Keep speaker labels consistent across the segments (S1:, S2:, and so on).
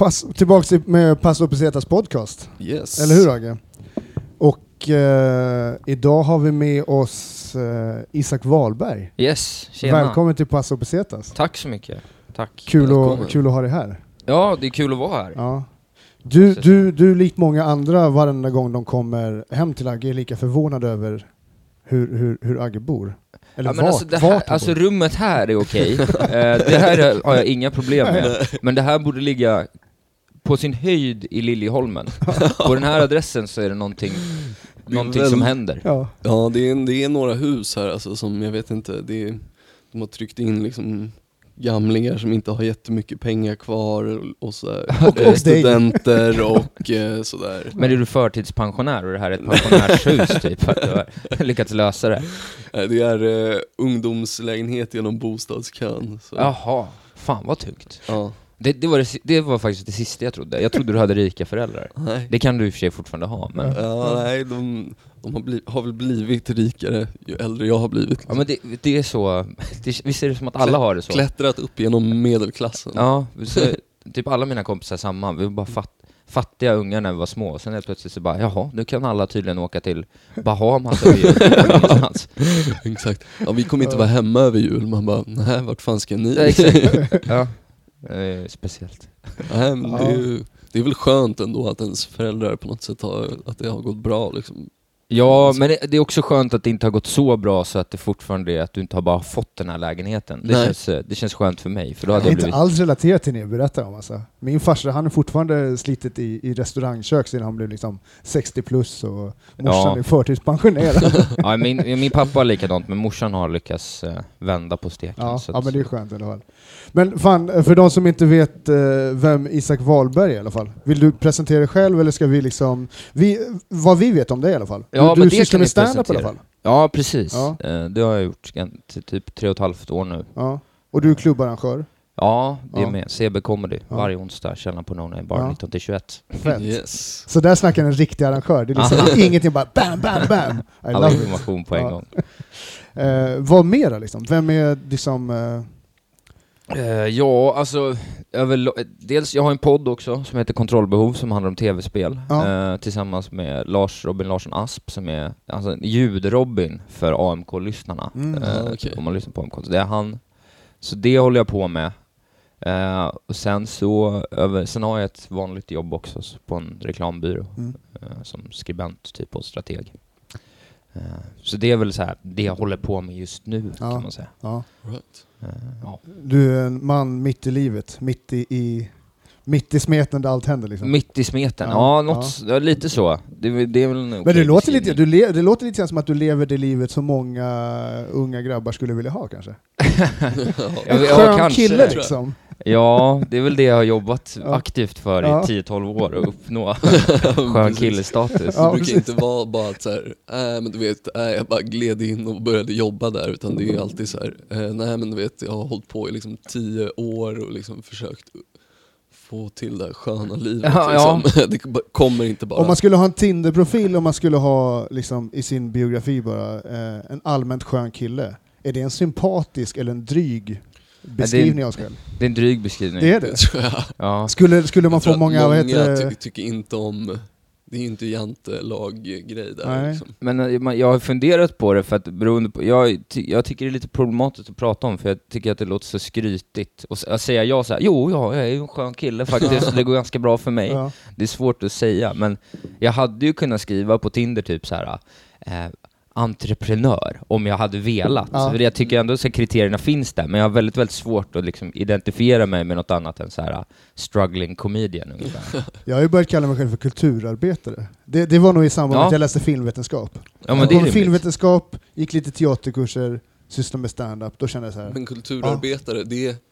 S1: Tillbaka med Passo Pesetas podcast.
S2: Yes.
S1: Eller hur, Agge? Och idag har vi med oss Isak Wahlberg.
S3: Yes, tjena.
S1: Välkommen till Passo Pesetas.
S3: Tack så mycket. Tack.
S1: Kul att ha dig här.
S3: Ja, det är kul att vara här.
S1: Ja. Du likt många andra varenda gång de kommer hem till Agge är lika förvånad över hur Agge bor. Eller
S3: ja, men alltså rummet här är okej. Det här har jag inga problem med. Men det här borde ligga på sin höjd i Liljeholmen. På den här adressen så är det någonting som händer.
S2: Ja, det är några hus här alltså, som jag vet inte, de har tryckt in liksom gamlingar som inte har jättemycket pengar kvar och så och studenter och sådär.
S3: Men är du förtidspensionär och det här är ett pensionärshus typ för att du har lyckats lösa det?
S2: Det är ungdomslägenhet genom bostadskön. Så.
S3: Jaha, fan vad tungt.
S2: Ja.
S3: Det var faktiskt det sista jag trodde. Jag trodde du hade rika föräldrar. Nej. Det kan du i och för sig fortfarande ha. Men...
S2: Ja, nej, de har väl blivit rikare ju äldre jag har blivit.
S3: Ja, men det är så... Visst är det som att alla har det så?
S2: Klättrat upp genom medelklassen.
S3: Ja, så, typ alla mina kompisar samma. Vi var bara fattiga ungar när vi var små. Sen är det plötsligt så bara, jaha, nu kan alla tydligen åka till Bahamas över jul.
S2: Exakt. Ja, vi kommer inte vara hemma över jul. Man bara, nej, vart fan ska ni?
S3: Ja, exakt. Ja. Speciellt.
S2: Nej, men det är väl skönt ändå att ens föräldrar på något sätt att det har gått bra liksom.
S3: Ja, men det är också skönt att det inte har gått så bra så att det fortfarande är att du inte har bara fått den här lägenheten. Det känns skönt för mig. För då hade
S1: jag inte alls relaterat till det jag berättar om. Alltså. Min farsa, han är fortfarande slitit i restaurangkök sedan han blev liksom 60 plus och morsan är förtidspensionerad.
S3: Ja, min pappa är likadant, men morsan har lyckats vända på steken.
S1: Ja, så men det är skönt i alla fall. Men fan, för de som inte vet vem Isak Wahlberg är i alla fall. Vill du presentera dig själv eller ska vi liksom... vad vi vet om dig i alla fall.
S3: Ja,
S1: du sysslar med stand-up i alla fall.
S3: Ja, precis. Ja. Det har jag gjort typ 3,5 år nu.
S1: Ja. Och du är klubbarrangör?
S3: Ja, det är med. CB Comedy. Varje onsdag, källan på No Name Bar 19-21.
S1: Fett.
S2: Yes.
S1: Så där snackar en riktig arrangör. Det är liksom ingenting bara bam, bam, bam.
S3: All information på en gång.
S1: Vad mer då liksom? Vem är liksom...
S3: Ja, alltså dels jag har en podd också som heter Kontrollbehov som handlar om tv-spel tillsammans med Robin Larsson Asp som är alltså ljud-Robin för AMK-lyssnarna. Om man lyssnar på AMK. Så det är han. Så det håller jag på med. Och sen har jag ett vanligt jobb också på en reklambyrå som skribent typ och strateg. Så det är väl så här det jag håller på med just nu kan man säga.
S1: Ja.
S2: Right.
S1: Du är en man mitt i livet, mitt i smeten där allt händer liksom.
S3: Mitt i smeten, lite så. Det är väl
S1: men det låter lite som att du lever det livet som många unga grabbar skulle vilja ha kanske. En skön kille liksom.
S3: Ja, det är väl det jag har jobbat aktivt för i 10-12 år att uppnå skön killestatus.
S2: Det brukar inte vara bara att så här, men du vet, jag bara gled in och började jobba där, utan det är alltid så här, nej men du vet, jag har hållit på i liksom 10 år och liksom försökt få till det sköna livet. Det kommer inte bara.
S1: Om man skulle ha en Tinder-profil, om man skulle ha liksom i sin biografi bara en allmänt skön kille, är det en sympatisk eller en dryg beskrivning av sig själv?
S3: Det är en dryg beskrivning.
S1: Det är det?
S2: Tror jag.
S1: Ja. Skulle man få många
S2: tycker inte om. Det är inte jantelag-grej där. Liksom.
S3: Men jag har funderat på det för att beroende på, jag tycker det är lite problematiskt att prata om för jag tycker att det låter så skrytigt. Och säga jag så här, jag är ju en skön kille faktiskt och det går ganska bra för mig. Ja. Det är svårt att säga, men jag hade ju kunnat skriva på Tinder typ så här entreprenör om jag hade velat. Så jag tycker ändå att kriterierna finns där, men jag har väldigt, väldigt svårt att liksom identifiera mig med något annat än så här struggling comedian ungefär.
S1: Jag har ju börjat kalla mig själv för kulturarbetare. Det var nog i samband med att jag läste filmvetenskap.
S3: Ja, men det är
S1: filmvetenskap, gick lite teaterkurser, sysslade med stand-up, då kände jag så här.
S2: Men kulturarbetare,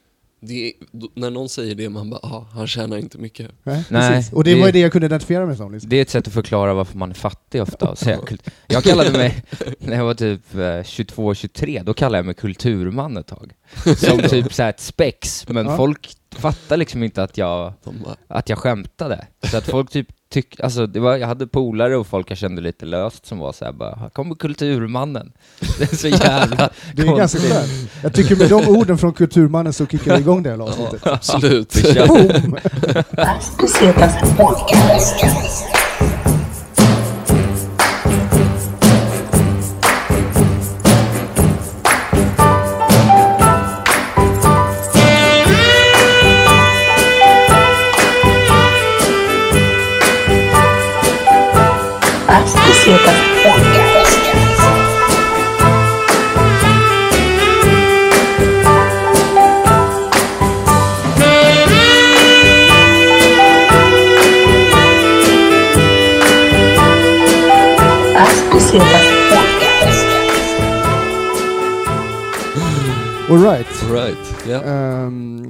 S2: när någon säger det, man bara, han tjänar inte mycket.
S1: Nej. Och det var det jag kunde identifiera mig som. Liksom.
S3: Det är ett sätt att förklara varför man är fattig ofta. Jag kallade mig, när jag var typ 22-23, då kallade jag mig kulturman ett tag. Som typ så här ett spex, men folk fattar liksom inte att jag skämtade. Så att folk typ alltså jag hade polare och folk jag kände lite löst som var så här bara, här kommer kulturmannen. Det är så jävla
S1: det är ganska skönt. Jag tycker med de orden från kulturmannen så kickar vi igång det här avsnittet.
S2: Ja, absolut.
S1: Boom! All right.
S2: Yeah.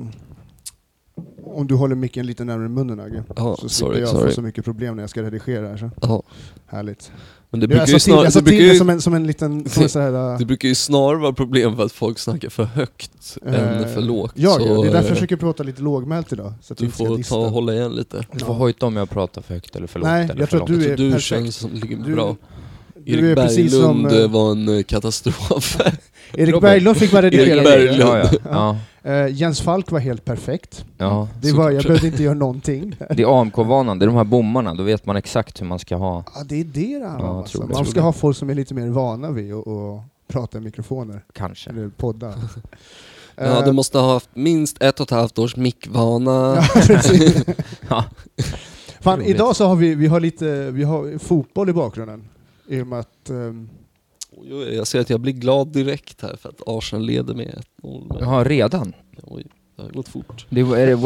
S1: Om du håller micken lite närmare munnen, Agge, så slipper jag få så mycket problem när jag ska redigera här. Så. Härligt.
S2: Men det brukar ju snarare
S1: som en liten
S2: det brukar ju snarare vara problem för att folk snackar för högt än för lågt.
S1: Ja, det är därför jag försöker prata lite lågmält idag, så att
S2: du får ta och hålla igen lite.
S3: Du får hojta om jag pratar för högt eller för lågt.
S1: Nej,
S3: eller
S1: jag
S3: för
S1: tror att
S3: långt.
S1: du
S2: känns som ligger bra.
S1: Du
S2: Erik Berglund var en katastrof.
S1: Erik Berglund fick bara redigera.
S3: Ja.
S1: Jens Falk var helt perfekt.
S3: Ja.
S1: Jag behövde inte göra någonting.
S3: Det är AMK-vanan, det är de här bommarna, då vet man exakt hur man ska ha.
S1: Ja, det är det handlar om. Alltså. Man ska ha folk som är lite mer vana vid att prata i mikrofoner.
S3: Kanske.
S1: Eller poddar.
S2: Ja, du måste ha haft minst 1,5 års mickvana.
S1: Ja, precis.
S3: Ja.
S1: Fan, idag så har vi har fotboll i bakgrunden. I och med att...
S2: Jag ser att jag blir glad direkt här för att Arsenal leder med 1-0.
S3: Ja, redan?
S2: Oj, det har gått fort.
S3: Är det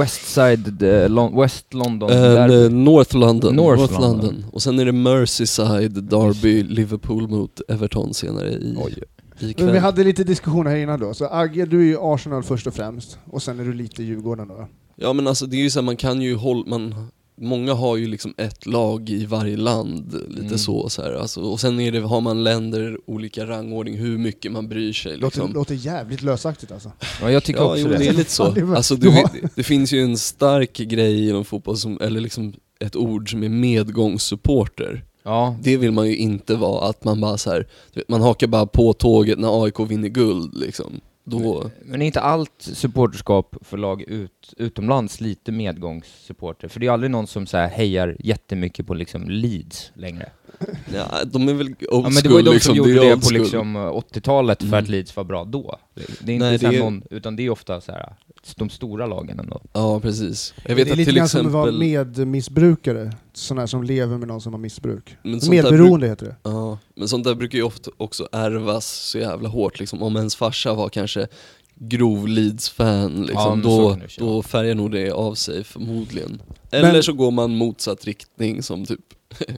S3: West London?
S2: North London. Och sen är det Merseyside Derby, Liverpool mot Everton senare i kväll.
S1: Men vi hade lite diskussioner här innan då. Så Agge, du är ju Arsenal först och främst. Och sen är du lite Djurgården då.
S2: Ja, men alltså det är ju så här, man kan ju många har ju liksom ett lag i varje land, lite så här. Alltså, och sen har man länder, olika rangordning, hur mycket man bryr sig. Liksom.
S1: Låter jävligt lösaktigt alltså.
S3: Ja, jag tycker också det.
S2: Det är lite så. Alltså, det finns ju en stark grej inom fotboll, eller liksom ett ord som är medgångssupporter.
S3: Ja.
S2: Det vill man ju inte vara, att man bara så här, man hakar bara på tåget när AIK vinner guld liksom.
S3: Men är inte allt supporterskap för lag utomlands lite medgångssupporter? För det är aldrig någon som så här hejar jättemycket på liksom Leeds längre.
S2: Ja, de är väl old school.
S3: Men det var ju de
S2: liksom,
S3: som gjorde det på liksom 80-talet för att Leeds var bra då. Det är inte någon, utan det är ofta så här de stora lagen ändå.
S2: Ja, precis. Jag vet
S1: det är
S2: att
S1: lite
S2: till
S1: grann
S2: exempel
S1: som att vara medmissbrukare. Sådana här som lever med någon som har missbruk.
S2: Medberoende
S1: heter det.
S2: Ja, men sånt där brukar ju ofta också ärvas så jävla hårt. Liksom. Om ens farsa var kanske grov Leeds-fan, liksom, då färgar nog det av sig förmodligen. Eller så går man motsatt riktning som typ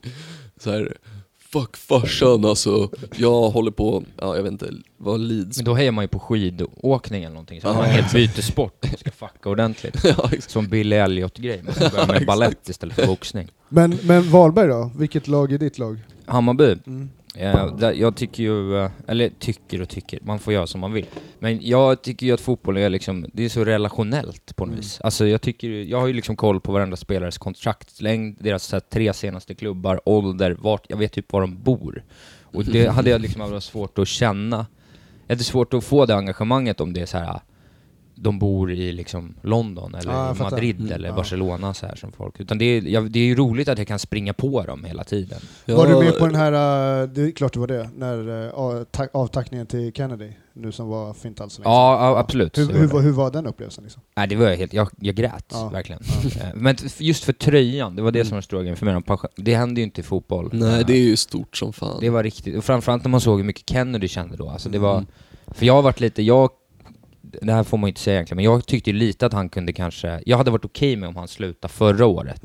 S2: så här, fuck farsan, alltså jag håller på, jag vet inte vad Leeds.
S3: Men då hejar man ju på skidåkning eller någonting, så man helt byter sport och ska fucka ordentligt. Som Billy Elliot-grej, man ska börja med ballett istället för boxning.
S1: Men Valberg då? Vilket lag är ditt lag?
S3: Hammarby. Jag tycker ju, eller tycker, man får göra som man vill. Men jag tycker ju att fotboll är liksom, det är så relationellt på något vis. Alltså jag har ju liksom koll på varandra spelares kontraktslängd, deras 3 senaste klubbar, ålder, jag vet typ var de bor. Och det hade jag liksom haft svårt att känna. Jag hade svårt att få det engagemanget om det är så här. De bor i liksom London eller Madrid eller Barcelona så här som folk. Utan det är ju roligt att jag kan springa på dem hela tiden.
S1: Var du med på den här, det är klart det var det, när avtackningen till Kennedy nu som var fint alls länge.
S3: Ja, absolut.
S1: Hur var den upplevelsen liksom?
S3: Nej, det var jag grät verkligen. Men just för tröjan, det var det som var stora grejen för mig. Det hände ju inte i fotboll.
S2: Nej, det är ju stort som fan.
S3: Det var riktigt, och framförallt när man såg hur mycket Kennedy kände då. Alltså det var, för jag har varit lite, det här får man inte säga egentligen, men jag tyckte ju lite att han kunde kanske, jag hade varit okej med om han slutade förra året.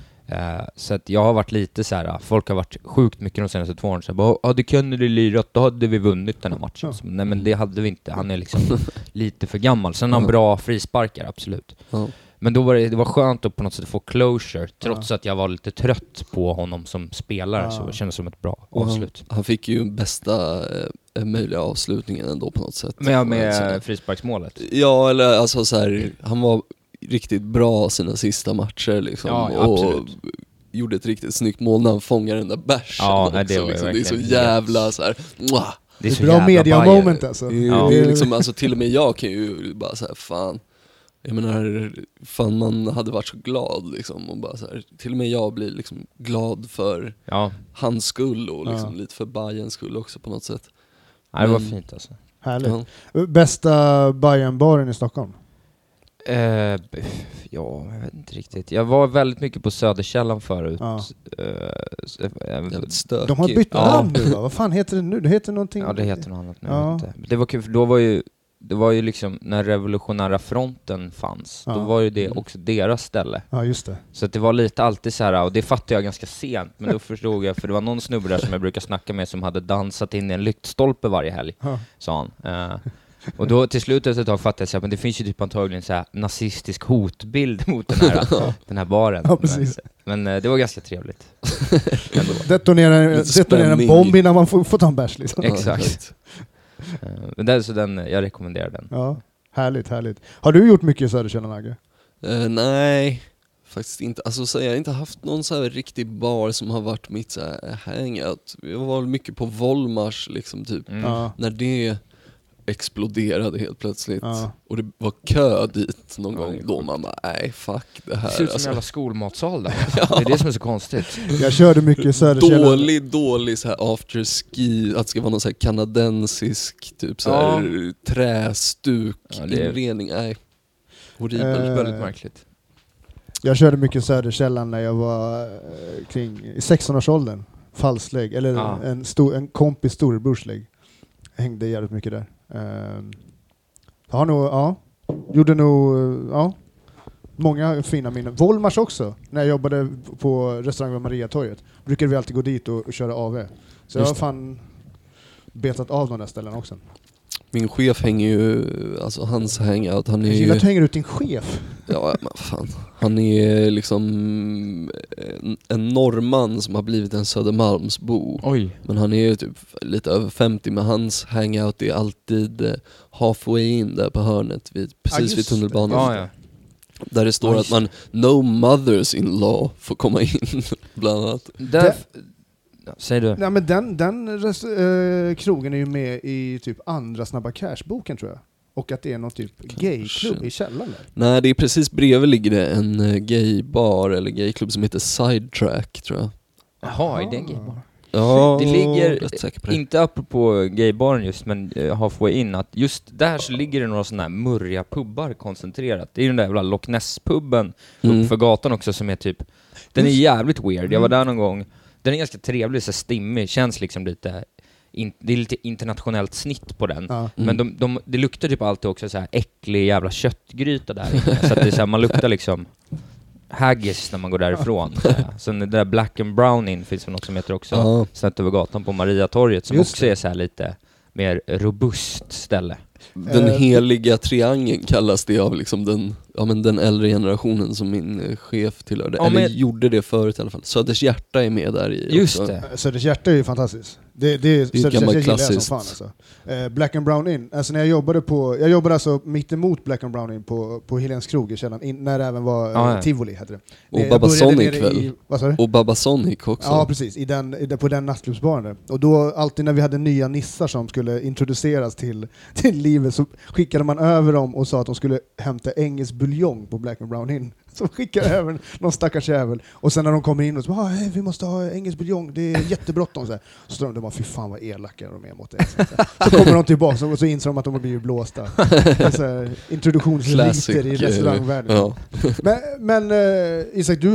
S3: Så att jag har varit lite så här, folk har varit sjukt mycket de senaste 2 åren så bara, hade Kennedy lirat, då hade vi vunnit den här matchen. Nej, men det hade vi inte, han är liksom lite för gammal. Sen har han bra frisparkar, absolut. Men då var det var skönt att på något sätt få closure, trots att jag var lite trött på honom som spelare, så det kändes som ett bra avslut.
S2: Han fick ju bästa möjliga avslutningen ändå på något sätt.
S3: Med frisparksmålet?
S2: Ja, eller alltså så här, han var riktigt bra sina sista matcher liksom.
S3: Ja, absolut.
S2: gjorde ett riktigt snyggt mål när han fångar den där bärsen också,
S3: det var
S2: liksom. Det är så jävla så här.
S1: Det är bra media moment alltså.
S2: Det är liksom, alltså till och med jag kan ju bara så här, fan. Jag menar, fan man hade varit så glad liksom, och bara så här, till och med jag blir liksom glad för hans skull och liksom lite för Bayerns skull också på något sätt.
S3: Det var fint alltså.
S1: Härligt. Bästa Bayern-baren i Stockholm?
S3: Jag vet inte riktigt. Jag var väldigt mycket på Söderkällan förut.
S1: De har bytt namn nu va? Vad fan heter det nu? Det heter någonting.
S3: Ja, det heter något annat nu. Inte. Det var kul, för det var ju liksom när Revolutionära fronten fanns, då var ju det också deras ställe.
S1: Ja, just det.
S3: Så att det var lite alltid så här, och det fattade jag ganska sent, men då förstod jag, för det var någon snubbe där som jag brukar snacka med som hade dansat in i en lyktstolpe varje helg, sa han. Och då till slut ett tag fattade jag att det finns ju typ antagligen så här nazistisk hotbild mot den här baren.
S1: Ja, precis.
S3: Men det var ganska trevligt.
S1: Detonera en bomb innan man får ta en bärs liksom.
S3: Exakt. Men det är så jag rekommenderar den.
S1: Ja, härligt. Har du gjort mycket i Söderkällan, Agge?
S2: Nej, faktiskt inte. Alltså så jag har inte haft någon så här riktig bar som har varit mitt så här hangout. Jag var mycket på Volmars liksom typ. När det exploderade helt plötsligt. Och det var kö dit någon gång. Då man bara, nej fuck det här.
S3: Det ser ut som en jävla skolmatsal där. Det är det som är så konstigt.
S1: Jag körde mycket i Söderkällan.
S2: Dålig så här afterski. Att det ska vara någon så här kanadensisk typ så här trästuk inredning. Nej. Horribelt.
S3: Väldigt märkligt.
S1: Jag körde mycket i Söderkällan när jag var i 16-årsåldern. Falslägg. Eller en kompis storebrorslägg. Hängde jävligt mycket där. Gjorde nog många fina minnen. Volmars också. När jag jobbade på restaurang vid Mariatorget brukade vi alltid gå dit och köra AV. Så jag har fan betat av de där ställen också.
S2: Min chef hänger ju, alltså hans hangout, han är ju... Jag
S1: gillar att du hänger ut din chef.
S2: Ja, men fan. Han är liksom en norrman som har blivit en Södermalmsbo.
S3: Oj.
S2: Men han är ju typ lite över 50, men hans hangout är alltid halfway in där på hörnet, precis vid tunnelbanan. Där det står att man no mothers-in-law får komma in, bland annat.
S3: Säger du?
S1: Nej, men den krogen är ju med i typ andra Snabba Cash-boken tror jag. Och att det är någon typ gayklubb i källaren där.
S2: Nej, det är precis bredvid ligger det en gaybar eller gayklubb som heter Sidetrack tror jag.
S3: Jaha, är det en gaybar?
S2: Ja,
S3: det ligger, inte apropå gaybaren just, men halfway in, att just där så ligger det några sådana här murriga pubbar koncentrerat. Det är den där jävla Loch Ness-pubben för gatan också som är typ, den är jävligt weird. Jag var där någon gång. Den är ganska trevlig, så stimmig, känns liksom lite det är lite internationellt snitt på den. Men det luktar typ alltid också så här äcklig jävla köttgryta där. Så att det är så här, man luktar liksom haggis när man går därifrån. Så det där Black and Brown in finns det något som heter också snett över gatan på Mariatorget som just också är så här lite mer robust ställe.
S2: Den heliga triangeln kallas det av liksom den äldre generationen som min chef tillhörde. Eller gjorde det förut i alla fall. Söders hjärta är med där i.
S3: Just
S2: också.
S3: det.
S1: Söders hjärta är ju fantastiskt. Det är gammalt klassiskt. Som fan, alltså. Black and Brown in. Alltså när jag jobbade alltså mitt emot Black and Brown in på Helens krog i källan när det även var Tivoli hette det.
S2: Och Babasonic väl? Och Babasonic också.
S1: Ja, precis. På den nattklubbsbaren där. Och då alltid när vi hade nya nissar som skulle introduceras till livet så skickade man över dem och sa att de skulle hämta engelsk buljong på Black and Brown in. Så skickade över någon stackars jävel. Och sen när de kommer in och så vi måste ha engelsk buljong, det är jättebråttom. Så står de bara, fy fan vad elaka de är mot det. Så kommer de tillbaka och så inser de att de har blivit blåsta. Introduktionsliter i restaurangvärlden. Ja. Men Isak, du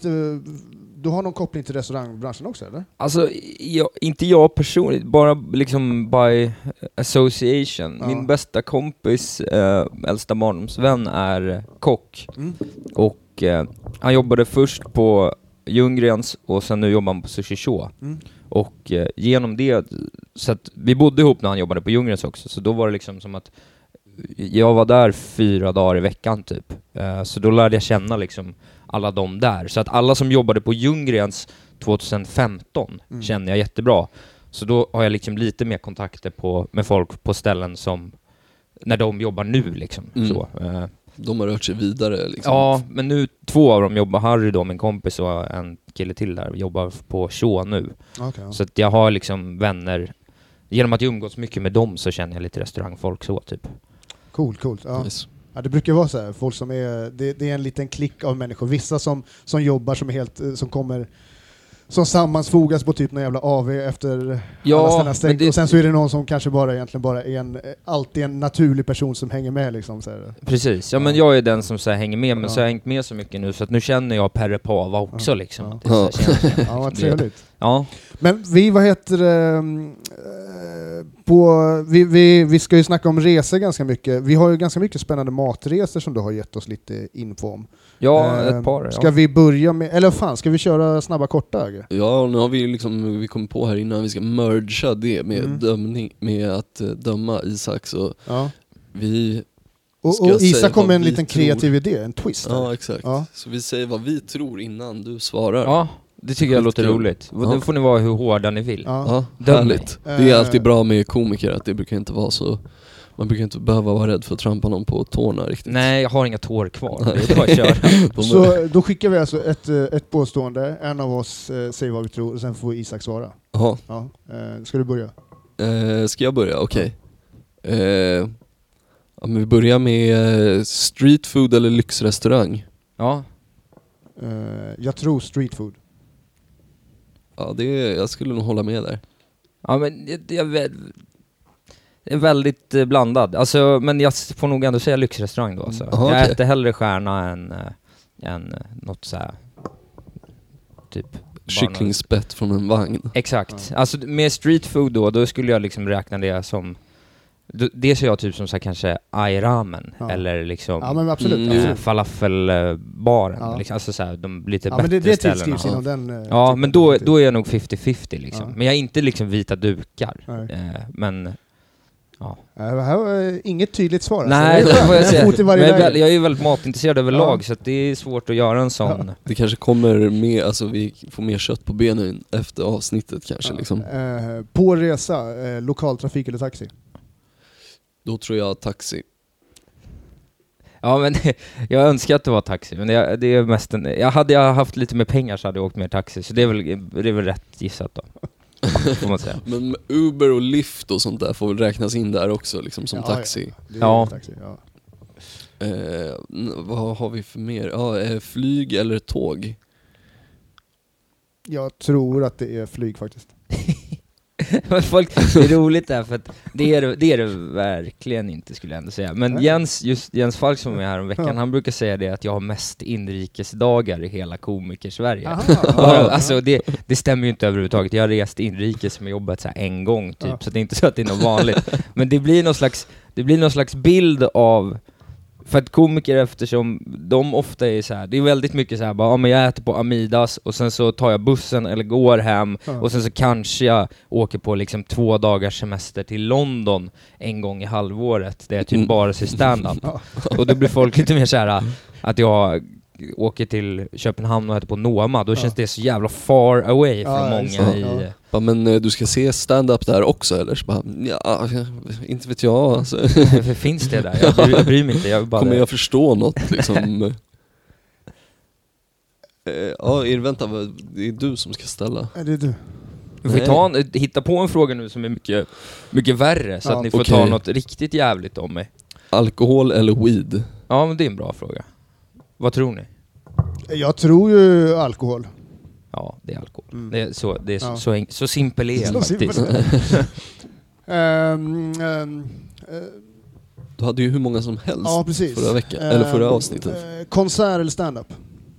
S1: har någon koppling till restaurangbranschen också, eller?
S3: Alltså, inte jag personligt, bara liksom by association. Min bästa kompis, äldsta barndomsvän, är kock. Och han jobbade först på Ljunggrens och sen nu jobbar han på Sushi Show. Och genom det, så att vi bodde ihop när han jobbade på Ljunggrens också, så då var det liksom som att jag var där 4 dagar i veckan typ. Så då lärde jag känna liksom alla de där. Så att alla som jobbade på Ljunggrens 2015 känner jag jättebra. Så då har jag liksom lite mer kontakter med folk på ställen som när de jobbar nu liksom. Så.
S2: De har rört sig vidare liksom.
S3: Ja, men nu 2 av dem jobbar, Harry då, min kompis, och en kille till där, jobbar på Shaw nu.
S1: Okay, ja.
S3: Så att jag har liksom vänner, genom att jag umgås mycket med dem så känner jag lite restaurangfolk så typ.
S1: Coolt. Ja.
S2: Nice.
S1: Ja, det brukar vara så här, folk som är, det är en liten klick av människor. Vissa som jobbar som är helt, som kommer, som sammansfogas på typ någon jävla AV efter alla ställen stängt. Och sen så är det någon som kanske egentligen bara är alltid en naturlig person som hänger med liksom. Så här.
S3: Precis, ja men jag är den som så här hänger med, men så har jag hängt med så mycket nu så att nu känner jag Perre Pava också liksom.
S1: Ja, ja vad trevligt.
S3: Ja.
S1: Men vi, vad heter det, vi ska ju snacka om resor ganska mycket. Vi har ju ganska mycket spännande matresor som du har gett oss lite info om.
S3: Ja, ett par.
S1: Ska vi börja med, eller fan, ska vi köra snabba korta?
S2: Ja, nu har vi kommit på här innan vi ska mergea det med dömning, med att döma Isak, så vi
S1: och Isak kom med en liten kreativ idé, en twist.
S2: Ja, exakt. Ja. Så vi säger vad vi tror innan du svarar.
S3: Ja, det tycker jag låter roligt. Då får ni vara hur hårda ni vill.
S2: Ja, härligt. Det är alltid bra med komiker att det brukar inte vara så. Man brukar inte behöva vara rädd för att trampa någon på tårna riktigt.
S3: Nej, jag har inga tår kvar. Det är bara att köra.
S1: Så då skickar vi alltså ett påstående. En av oss säger vad vi tror och sen får Isak svara.
S2: Jaha.
S1: Ja. Ska du börja?
S2: Ska jag börja? Okej. Ja, men vi börjar med street food eller lyxrestaurang.
S3: Ja.
S1: Jag tror street food.
S2: Ja, jag skulle nog hålla med där.
S3: Ja, men jag är väldigt blandad. Alltså, men jag får nog ändå säga lyxrestaurang då. Alltså. Jag äter hellre stjärna än något så här typ
S2: kycklingspett från en vagn.
S3: Exakt. Alltså med street food då skulle jag liksom räkna det som, det ser jag typ som så här, kanske ayramen eller liksom
S1: men absolut.
S3: falafelbaren liksom, alltså så här, de lite bättre
S1: men det
S3: ställena.
S1: Inom den,
S3: ja, men då är jag nog 50-50 liksom. Men jag är inte liksom vita dukar. Men
S1: det här var inget tydligt svar.
S3: Nej, det får jag säga. Men jag är ju väldigt matintresserad överlag, så att det är svårt att göra en sån. Ja.
S2: Det kanske kommer med, alltså vi får mer kött på benen efter avsnittet kanske. Liksom.
S1: På resa, lokaltrafik eller taxi?
S2: Då tror jag taxi.
S3: Ja, men jag önskar att det var taxi, men det är mest hade jag haft lite mer pengar så hade jag åkt mer taxi, så det är väl rätt gissat då. Får man säga.
S2: Men Uber och Lyft och sånt där får väl räknas in där också liksom, som taxi.
S1: Taxi, ja.
S2: Vad har vi för mer? Flyg eller tåg?
S1: Jag tror att det är flyg faktiskt.
S3: Folk, det är roligt där, för att det är det verkligen inte, skulle jag ändå säga. Men Jens Falk som är här om veckan, han brukar säga det att jag har mest inrikesdagar i hela komiker-Sverige. Alltså det stämmer ju inte överhuvudtaget. Jag har rest inrikes med jobbet så här en gång typ, så det är inte så att det är något vanligt. Men det blir någon slags bild av, för att komiker, eftersom de ofta är så här, det är väldigt mycket så här, bara, men jag äter på Amidas och sen så tar jag bussen eller går hem och sen så kanske jag åker på liksom 2 dagars semester till London en gång i halvåret där jag typ bara ser stand-up. Och då blir folk lite mer så här att jag åker till Köpenhamn och äter på Noma, då känns det så jävla far away från många
S2: Ja, men du ska se stand-up där också, eller? Så bara, inte vet jag. Alltså.
S3: Finns det där? Jag bryr mig inte.
S2: Kommer jag förstå något liksom? Vänta, det är du som ska ställa.
S1: Det är du.
S3: Vi får hitta på en fråga nu som är mycket, mycket värre, så att ni får ta något riktigt jävligt om mig. Alkohol eller weed? Ja, men det är en bra fråga. Vad tror ni?
S1: Jag tror ju alkohol.
S3: Ja, det är alkohol. Det är så simpel är det faktiskt.
S2: Du hade ju hur många som helst förra veckan, eller förra avsnittet.
S1: Konsert eller stand-up?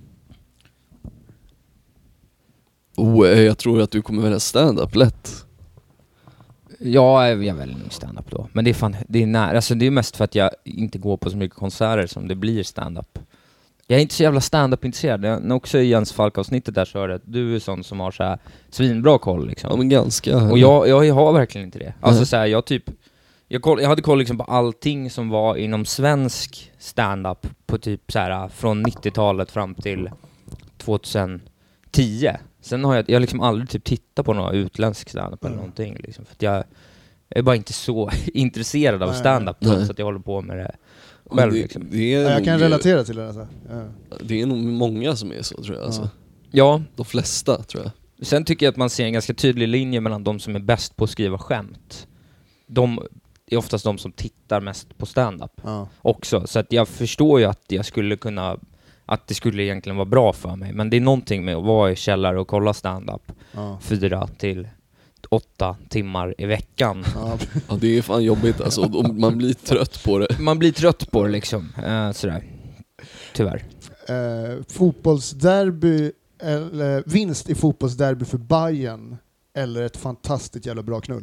S2: Jag tror att du kommer välja stand-up lätt.
S3: Ja, jag väljer nog stand-up då. Men det är nära. Alltså det är mest för att jag inte går på så mycket konserter som det blir stand-up. Jag är inte så jävla stand-up-intresserad. När också i Jens Falk-avsnittet där så hörde att du är sån som har så här svinbra koll liksom.
S2: Ja, men ganska.
S3: Och jag har verkligen inte det. Alltså så här, jag hade koll liksom på allting som var inom svensk stand-up på typ så här från 90-talet fram till 2010. Sen har jag liksom aldrig typ tittat på några utländsk stand-up eller någonting liksom, för att jag är bara inte så intresserad av stand-up trots att jag håller på med det själv liksom.
S1: Jag kan relatera till det alltså.
S2: Det är nog många som är så, tror jag. Alltså.
S3: Ja.
S2: De flesta, tror jag.
S3: Sen tycker jag att man ser en ganska tydlig linje mellan de som är bäst på att skriva skämt. De är oftast de som tittar mest på stand-up också. Så att jag förstår ju att jag skulle kunna, att det skulle egentligen vara bra för mig. Men det är någonting med att vara i källare och kolla stand-up 4 till 8 timmar i veckan.
S2: Ja, det är fan jobbigt alltså. Man blir trött på det.
S3: Man blir trött på det liksom. Sådär. Tyvärr.
S1: Fotbollsderby eller vinst i fotbollsderby för Bayern eller ett fantastiskt jävla bra knull.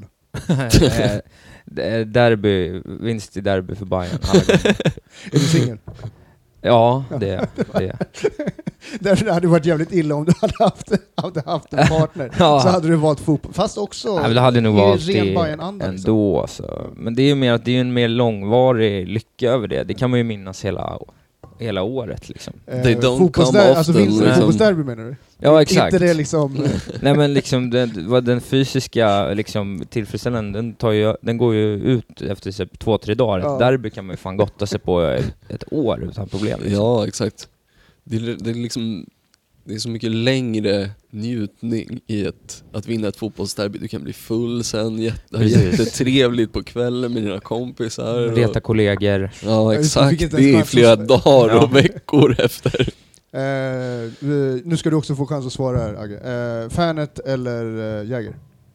S1: Vinst i derby för Bayern. Är du singel?
S3: Ja, det är.
S1: Därför det hade varit jävligt illa om du hade haft en partner. Så hade du valt fotboll. Fast också
S3: det hade nog valt
S1: ren Bayern-anda
S3: ändå.
S1: Liksom.
S3: Alltså. Men det är ju mer att det är en mer långvarig lycka över det. Det kan man ju minnas hela året liksom.
S2: They don't come often.
S1: Alltså vinst i fotbollsderby menar du?
S3: Ja, exakt.
S1: Inte det liksom...
S3: Nej men liksom den fysiska liksom, tillfredsställelsen den går ju ut efter 2-3 dagar. Ett derby kan man ju fan gotta sig på ett år utan problem. Liksom.
S2: Ja, exakt. Det är liksom... Det är så mycket längre njutning i att vinna ett fotbollsderby. Du kan bli full sen, jättetrevligt på kvällen med dina kompisar.
S3: Reta kollegor.
S2: Ja, exakt. Det är flera dagar och veckor efter.
S1: Nu ska du också få chans att svara här, Agge. Fanet eller Jäger?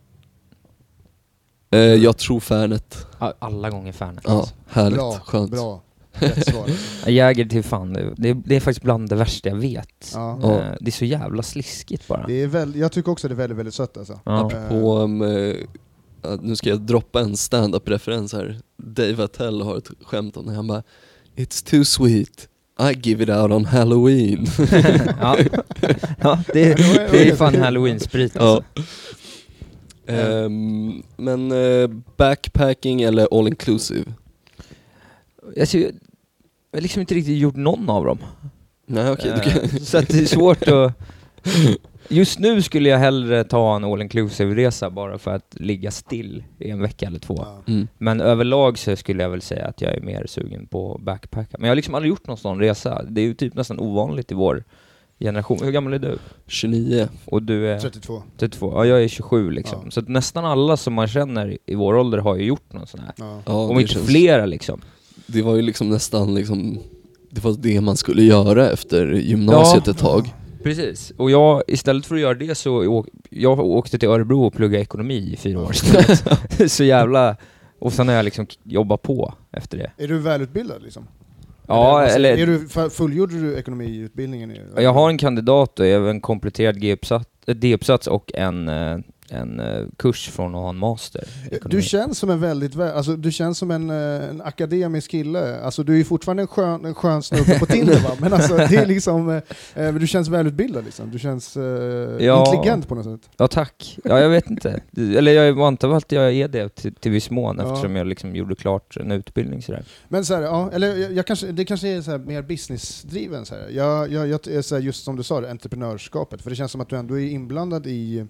S2: Jag tror Fanet.
S3: Alla gånger Fanet.
S2: Ja, härligt. Skönt.
S1: Bra. Rätt svar.
S3: Jäger till fan, det är faktiskt bland det värsta jag vet. Det är så jävla sliskigt bara.
S1: Jag tycker också det är väldigt, väldigt sött alltså.
S2: Nu ska jag droppa en stand-up-referens här. Dave Attell har ett skämt om det. Han bara, it's too sweet, I give it out on Halloween.
S3: Det är fan Halloween-sprit alltså.
S2: Men backpacking eller all inclusive?
S3: Jag har liksom inte riktigt gjort någon av dem.
S2: Nej, okej.
S3: Så att det är svårt att... Just nu skulle jag hellre ta en all-inclusive-resa bara för att ligga still i en vecka eller 2. Men överlag så skulle jag väl säga att jag är mer sugen på backpacka. Men jag har liksom aldrig gjort någon sån resa. Det är ju typ nästan ovanligt i vår generation. Hur gammal är du?
S2: 29.
S3: Och du är?
S1: 32.
S3: Ja, jag är 27 liksom. Så att nästan alla som man känner i vår ålder har ju gjort någon sån här. Om inte flera liksom.
S2: Det var ju liksom nästan liksom, det var det man skulle göra efter gymnasiet ett tag.
S3: Precis. Och istället för att göra det så jag åkte till Örebro och pluggade ekonomi i 4 år. Så jävla... Och sen har jag liksom jobbat på efter det.
S1: Är du välutbildad liksom?
S3: Ja,
S1: fullgjorde du ekonomiutbildningen?
S3: Jag har en kandidat och även kompletterad D-uppsats och en kurs från att ha en master.
S1: Du känns som du känns som en akademisk kille. Alltså du är fortfarande en skön snubbe på Tinder va? Men alltså det är liksom du känns välutbildad liksom. Du känns intelligent på något sätt.
S3: Ja, tack. Ja, jag vet inte. Eller jag antar att jag är det till viss mån eftersom jag liksom gjorde klart en utbildning sådär. Men
S1: så här, eller det kanske är så här mer businessdriven så här. Jag är så här, just som du sa, entreprenörskapet, för det känns som att du ändå är inblandad i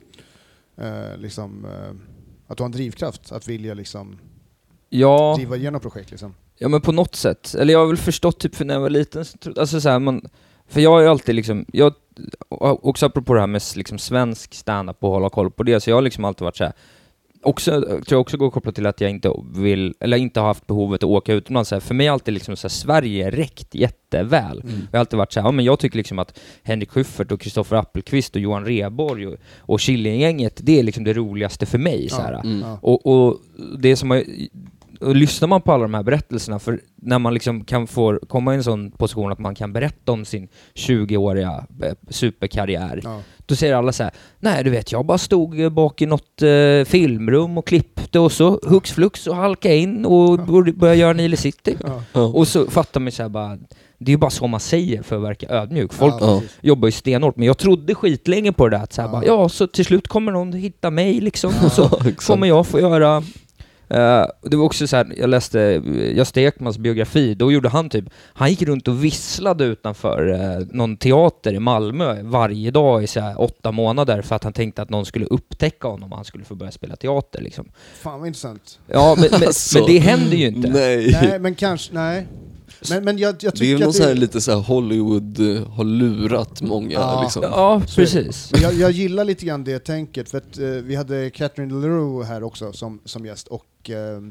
S1: att du har en drivkraft att vilja liksom driva igenom projekt liksom.
S3: Ja, men på något sätt. Eller jag har väl förstått typ för när jag var liten alltså så här, för jag är alltid liksom, jag också apropå det här med liksom svensk stand-up och hålla koll på det, så jag har liksom alltid varit så här. Tror jag också går kopplat till att jag inte vill, eller inte har haft behovet att åka utomlands. För mig har alltid liksom så här, Sverige räckt jätteväl. Jag har alltid varit så här, men jag tycker liksom att Henrik Schyffert och Kristoffer Appelqvist och Johan Rheborg och Killinggänget, det är liksom det roligaste för mig. Så här. Och det som och lyssnar man på alla de här berättelserna, för när man liksom kan få komma i en sån position att man kan berätta om sin 20-åriga superkarriär, då säger alla så här: nej du vet, jag bara stod bak i något filmrum och klippte och så hux flux och halka in och började göra Nile City. Och så fattar man så här bara, det är ju bara så man säger för att verka ödmjuk. Folk jobbar ju stenhårt, men jag trodde skitlänge på det där, att så här bara, så till slut kommer någon hitta mig liksom, och så kommer jag få göra. Det var också så här, jag läste Gösta Ekmans biografi, då gjorde han han gick runt och visslade utanför någon teater i Malmö varje dag i så här 8 månader för att han tänkte att någon skulle upptäcka honom och han skulle få börja spela teater liksom.
S1: Fan vad intressant.
S3: Ja, men det händer ju inte.
S1: Nej, men kanske, nej. Men jag
S2: Det är
S1: tycker
S2: någon
S1: att
S2: så här lite så här Hollywood har lurat många liksom.
S3: Ja, precis.
S1: jag gillar lite grann det tänket, för att vi hade Catherine Leroux här också som gäst, och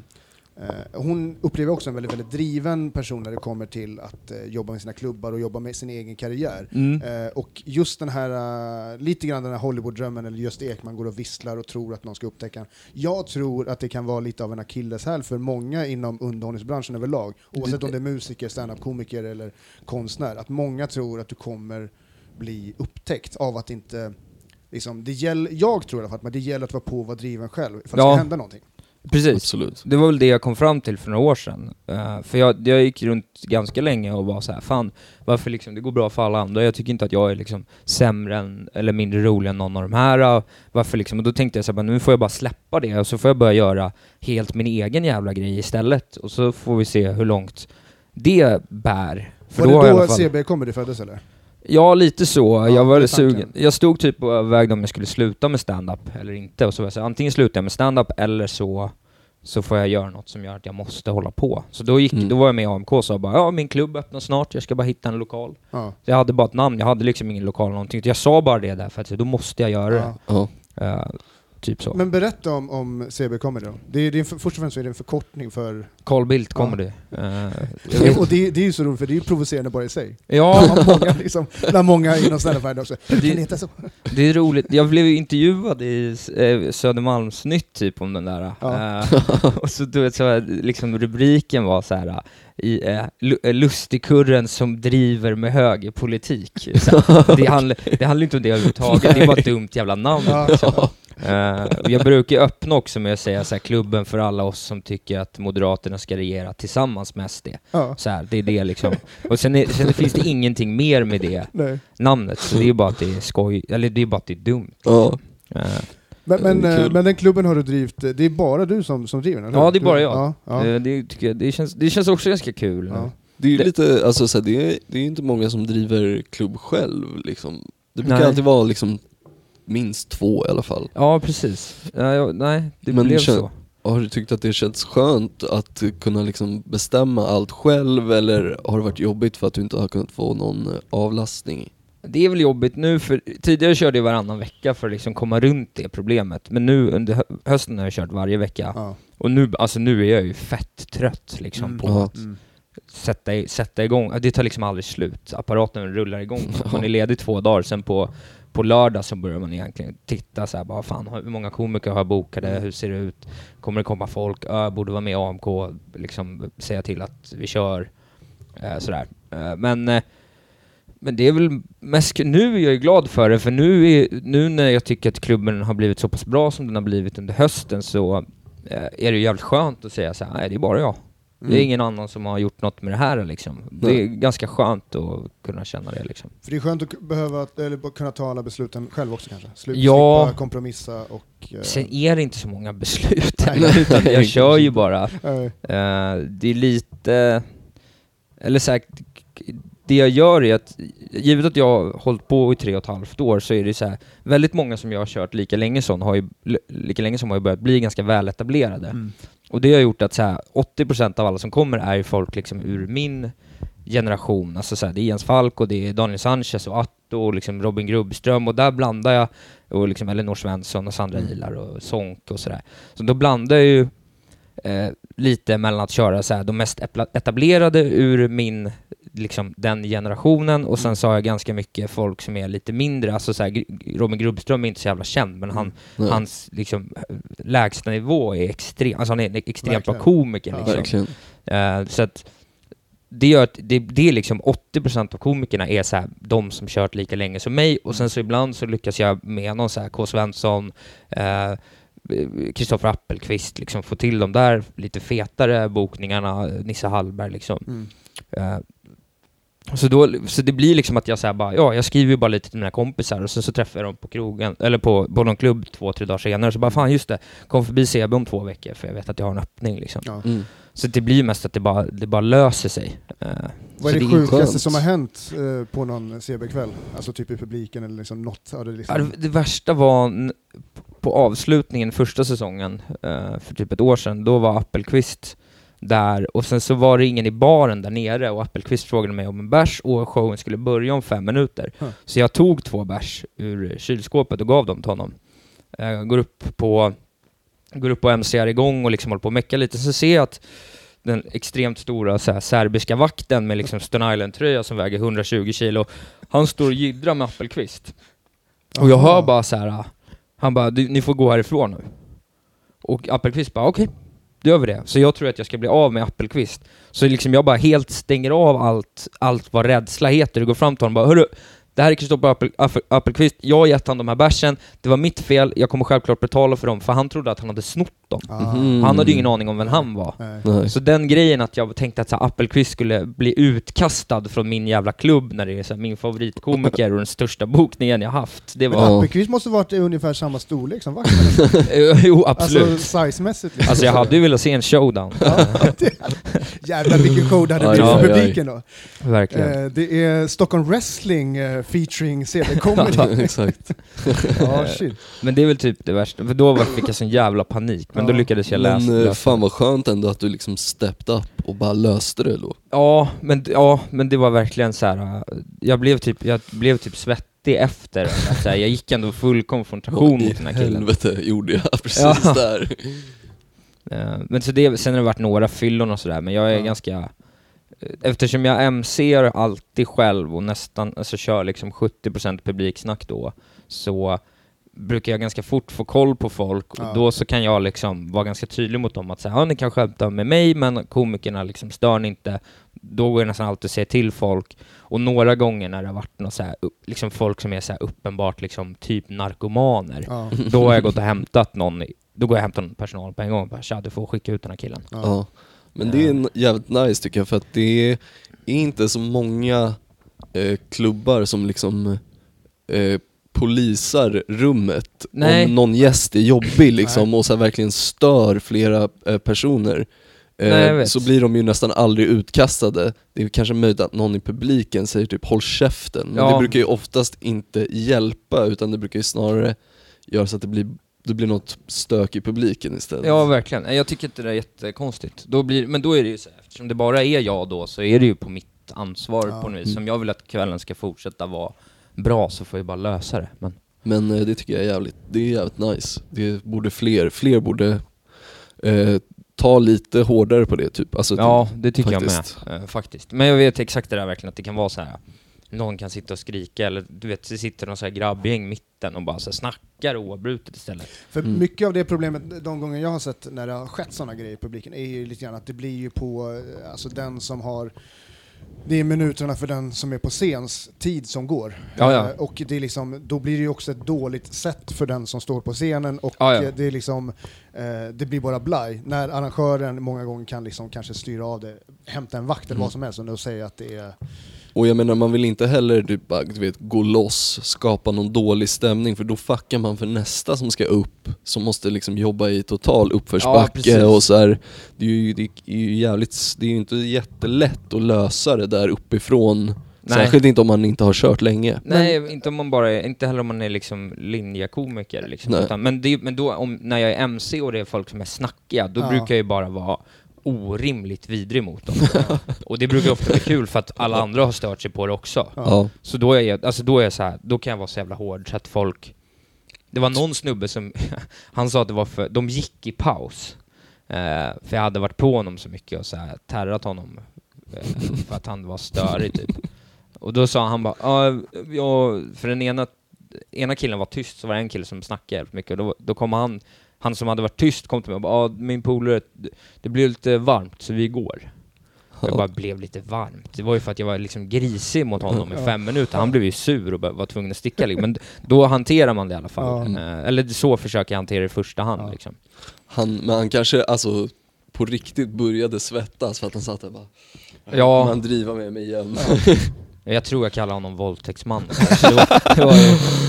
S1: hon upplever också en väldigt, väldigt driven person när det kommer till att jobba med sina klubbar och jobba med sin egen karriär. Och just den här, lite grann den här Hollywood-drömmen, eller just Ekman går och visslar och tror att någon ska upptäcka han. Jag tror att det kan vara lite av en akilleshäl för många inom underhållningsbranschen överlag, oavsett om det är musiker, stand-up-komiker eller konstnär, att många tror att du kommer bli upptäckt av att inte liksom, jag tror i alla fall att det gäller att vara på och vara driven själv för att det ska hända någonting.
S3: Precis,
S2: absolut.
S3: Det var väl det jag kom fram till för några år sedan. För jag gick runt ganska länge och var så här, fan, varför liksom, det går bra för alla andra. Jag tycker inte att jag är liksom sämre än, eller mindre rolig än någon av de här. Varför liksom? Och då tänkte jag så här, nu får jag bara släppa det och så får jag börja göra helt min egen jävla grej istället. Och så får vi se hur långt det bär. För
S1: var
S3: då
S1: det
S3: i
S1: då
S3: alla fall...
S1: CB Comedy föddes eller?
S3: Ja, lite så.
S1: Ja,
S3: jag var sugen. Jag stod typ och övervägde om jag skulle sluta med stand-up eller inte. Och så var jag så här, antingen slutar jag med stand-up eller så får jag göra något som gör att jag måste hålla på. Så då var jag med i AMK och sa bara, min klubb öppnar snart, jag ska bara hitta en lokal. Så jag hade bara ett namn, jag hade liksom ingen lokal någonting. Jag sa bara det där för att då måste jag göra det. Typ så.
S1: Men berätta om CB Comedy då. Det är först och främst är det en förkortning för
S3: Carl Bildt Comedy.
S1: och det är ju så roligt, för det är ju provocerande bara i sig.
S3: Ja,
S1: många, liksom, när många inom stand-up också.
S3: Det är roligt. Jag blev ju intervjuad i Södermalmsnytt typ om den där. Och så du vet, så liksom rubriken var så här Lustigkurren som driver med högerpolitik. Det handlar inte om det överhuvudtaget. Det är bara ett dumt jävla namn. Jag brukar öppna också med att säga så här, klubben för alla oss som tycker att Moderaterna ska regera tillsammans med SD. Så här, det är det liksom. Och sen finns det ingenting mer med det namnet. Så det är bara att det är skoj, eller det är bara att det är dumt.
S1: Men den klubben har du drivit, det är bara du som driver den?
S3: Ja, det är bara jag. Det känns också ganska kul.
S2: Det är ju lite, alltså så här, det är inte många som driver klubb själv liksom. Det brukar alltid vara liksom minst 2 i alla fall.
S3: Ja, precis. Det blev så.
S2: Har du tyckt att det känns skönt att kunna liksom bestämma allt själv, eller har det varit jobbigt för att du inte har kunnat få någon avlastning?
S3: Det är väl jobbigt nu, för tidigare körde jag varannan vecka för att liksom komma runt det problemet. Men nu under hösten har jag kört varje vecka. Och nu är jag ju fett trött liksom på att sätta igång. Det tar liksom aldrig slut. Apparaten rullar igång. Man är ledig 2 dagar, sen på lördag så börjar man egentligen titta så här, bara fan, hur många komiker har jag bokade, hur ser det ut, kommer det komma folk, borde vara med i AMK, liksom säga till att vi kör sådär. Men det är väl mest, nu är jag glad för det, för nu när jag tycker att klubben har blivit så pass bra som den har blivit under hösten, så är det jävligt skönt att säga så här, nej, det är bara jag. Det är ingen annan som har gjort något med det här liksom. Det är ganska skönt att kunna känna det liksom.
S1: För det är skönt att kunna ta alla besluten själv också kanske. Slippa kompromissa och...
S3: Sen är det inte så många beslut utan jag kör ju bara. Det är lite... Eller så här, det jag gör är att, givet att jag har hållit på i 3,5 år, så är det så här, väldigt många som jag har kört lika länge som har ju börjat bli ganska väletablerade. Och det har gjort att så här, 80% av alla som kommer är ju folk liksom ur min generation. Alltså så här, det är Jens Falk och det är Daniel Sanchez och Atto och liksom Robin Grubbström, och där blandar jag, och liksom Elinor Svensson och Sandra Ilar och Sonk och sådär. Så då blandar jag ju lite mellan att köra så här, de mest etablerade ur min, liksom den generationen, och sen så har jag ganska mycket folk som är lite mindre, alltså så här, Robin Grubbström är inte så jävla känd, men hans liksom lägsta nivå är extrem, alltså han är en extremt bra komiker liksom. Så att det gör att det är liksom 80% av komikerna är så här, de som kört lika länge som mig, och sen så ibland så lyckas jag med någon så här K. Svensson, Kristoffer Appelqvist, liksom få till de där lite fetare bokningarna, Nisse Hallberg liksom. Så det blir liksom att jag säger bara, jag skriver ju bara lite till mina kompisar, och så träffar jag dem på krogen eller på någon klubb 2-3 dagar senare, så bara fan just det, kom förbi CB om 2 veckor för jag vet att jag har en öppning liksom. Så det blir mest att det bara löser sig.
S1: Vad är det sjukaste som har hänt på någon CB-kväll? Alltså typ i publiken eller liksom något?
S3: Det värsta var på avslutningen första säsongen för typ ett år sedan. Då var Appelqvist där, och sen så var det ingen i baren där nere och Appelqvist frågade mig om en bärs och showen skulle börja om 5 minuter. Så jag tog 2 bärs ur kylskåpet och gav dem till honom. Går upp på MCR igång och liksom håller på att mecka lite, så ser jag att den extremt stora så här, serbiska vakten med liksom Stone Island-tröja som väger 120 kilo, han står och jiddrar med Appelqvist. Och jag hör bara så här, han bara, ni får gå härifrån nu. Och Appelqvist bara, okej, då gör vi det. Så jag tror att jag ska bli av med Appelqvist. Så liksom jag bara helt stänger av allt vad rädsla heter och går fram till honom och bara, hörru, det här är Kristoffer Appelqvist, jag har gett han de här bärsen, det var mitt fel, jag kommer självklart betala för dem, för han trodde att han hade snott dem. Han hade ju ingen aning om vem han var.
S2: Nej.
S3: Så den grejen att jag tänkte att så Appelqvist skulle bli utkastad från min jävla klubb när det är så här, min favoritkomiker och den största bokningen jag haft, det var...
S1: Appelqvist måste varit ungefär samma storlek som vakten.
S3: Jo, absolut.
S1: Alltså sizemässigt. Liksom.
S3: Alltså jag hade ju velat se en showdown.
S1: Jävlar vilken show det hade blivit för publiken då.
S3: Verkligen.
S1: Det är Stockholm Wrestling featuring CD-comedy.
S2: Exakt.
S1: Ja, shit.
S3: Men det är väl typ det värsta, för då fick jag sån jävla panik, men då lyckades jag lösa.
S2: Fan vad skönt ändå att du liksom stepped up och bara löste det då.
S3: Ja, men det var verkligen så här. Jag blev typ svettig efter att, så här, jag gick ändå full konfrontation mot den här killen.
S2: Helvete gjorde jag precis där.
S3: Men så sen har det varit några fyllon och sådär, men jag är ganska, eftersom jag MC:ar alltid själv och nästan alltså kör liksom 70% publiksnack då, så brukar jag ganska fort få koll på folk och då så kan jag liksom vara ganska tydlig mot dem att säga, ja, ni kan skämta med mig men komikerna liksom stör ni inte. Då går jag nästan alltid säga till folk, och några gånger när det har varit något så här, liksom folk som är så här uppenbart liksom typ narkomaner, då har jag gått och hämtat någon, då går jag och hämtar någon personal på en gång och bara, tja, du får skicka ut den här killen.
S2: Ja. Men det är jävligt nice tycker jag, för att det är inte så många klubbar som liksom polisar rummet.
S3: Nej.
S2: Om någon gäst är jobbig liksom, och så här verkligen stör flera personer. Så blir de ju nästan aldrig utkastade. Det är kanske möjligt att någon i publiken säger typ håll käften, men det brukar ju oftast inte hjälpa, utan det brukar ju snarare göra så att det blir något stök i publiken istället.
S3: Ja, verkligen. Jag tycker inte det är jättekonstigt. Men då är det ju så här, eftersom det bara är jag då, så är det ju på mitt ansvar på något vis. Som jag vill att kvällen ska fortsätta vara bra, så får jag bara lösa det.
S2: Men det tycker jag är jävligt nice. Det borde fler borde ta lite hårdare på det typ. Alltså,
S3: ja, det tycker faktiskt. Jag med. Faktiskt. Men jag vet exakt det där verkligen, att det kan vara så här. Någon kan sitta och skrika, eller du vet, det sitter någon så här grabbgäng i mitten och bara så här snackar oavbrutet istället.
S1: För mycket av det problemet, de gånger jag har sett när det har skett sådana grejer i publiken, är ju lite grann att det blir ju på alltså den som har, det är minuterna för den som är på scens tid som går. Och det är liksom, då blir det ju också ett dåligt sätt för den som står på scenen, och det är liksom det blir bara blaj. När arrangören många gånger kan liksom kanske styra av det, hämta en vakt eller vad som helst, och säga att det är.
S2: Och jag menar, man vill inte heller typ, du vet, gå loss, skapa någon dålig stämning, för då fuckar man för nästa som ska upp, som måste liksom jobba i total uppförsbacke och så här. Det är ju inte jättelätt att lösa det där uppifrån. Nej. Särskilt inte om man inte har kört länge.
S3: Nej, inte heller om man är liksom linjekomiker liksom. Men då när jag är MC och det är folk som är snackiga, då brukar jag ju bara vara orimligt vidrig mot dem. Och det brukar ofta bli kul för att alla andra har stört sig på det också. Så då är jag så här, då kan jag vara så jävla hård så att folk. Det var någon snubbe som han sa att det var för de gick i paus. För jag hade varit på honom så mycket och så här terrat honom för att han var störig typ. Och då sa han bara för den ena killen var tyst, så var det en kille som snackade jävligt mycket, och då kom han som hade varit tyst kom till mig och bara, min polare, det blev lite varmt så vi går. Jag bara blev lite varmt. Det var ju för att jag var liksom grisig mot honom i 5 minuter. Han blev ju sur och var tvungen att sticka. Men då hanterar man det i alla fall. Eller så försöker jag hantera det i första hand. Liksom.
S2: Men han kanske alltså på riktigt började svettas för att han satt där bara, han driva med mig igen.
S3: Jag tror jag kallar honom våldtäktsman.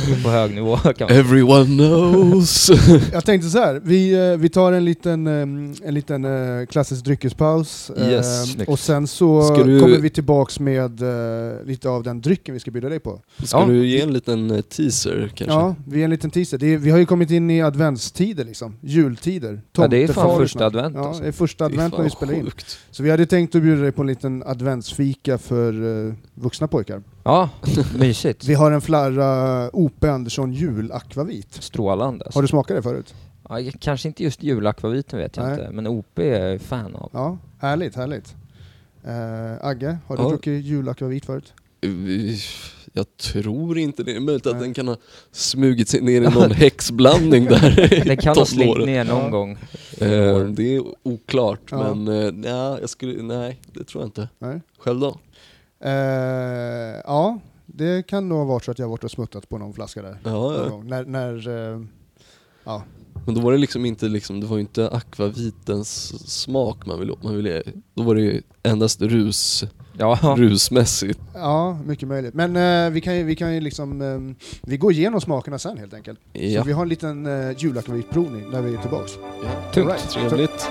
S3: på hög nivå kan man.
S2: Everyone knows.
S1: Jag tänkte så här, vi tar en liten klassisk dryckespaus.
S2: Yes.
S1: Och sen så kommer vi tillbaks med lite av den drycken vi ska bjuda dig på.
S2: Ska du ge en liten teaser kanske?
S1: Ja, vi är en liten teaser. Vi har ju kommit in i adventstider liksom, jultider.
S3: Ja, det är fan första advent.
S1: Ja,
S3: Alltså.
S1: det är första advent när vi spelar in.
S2: Sjukt.
S1: Så vi hade tänkt att bjuda dig på en liten adventsfika för vuxna pojkar.
S3: Ja, mysigt.
S1: Vi har en flarra O.P. Andersson julakvavit.
S3: Strålande. Alltså.
S1: Har du smakat det förut?
S3: Ja, kanske inte just julakvaviten vet jag inte, men OP är jag fan av.
S1: Ja, härligt. Agge, har du druckit julakvavit förut?
S2: Jag tror inte det är möjligt att den kan ha smugit sig ner i någon häxblandning där.
S3: Den kan ha slinkt ner någon gång.
S2: Det är oklart, men nej, det tror jag inte. Nej. Själv då?
S1: Ja, det kan nog vara så att jag har varit och smuttat på någon flaska där.
S2: Ja.
S1: Ja.
S2: Men då var det liksom inte det var ju inte akvavitens smak man ville. Då var det ju endast rusmässigt.
S1: Ja, mycket möjligt. Men vi kan ju liksom vi går igenom smakerna sen helt enkelt. Ja. Så vi har en liten julakvavitprovning när vi är tillbaks.
S2: Ja. Tungt, trevligt.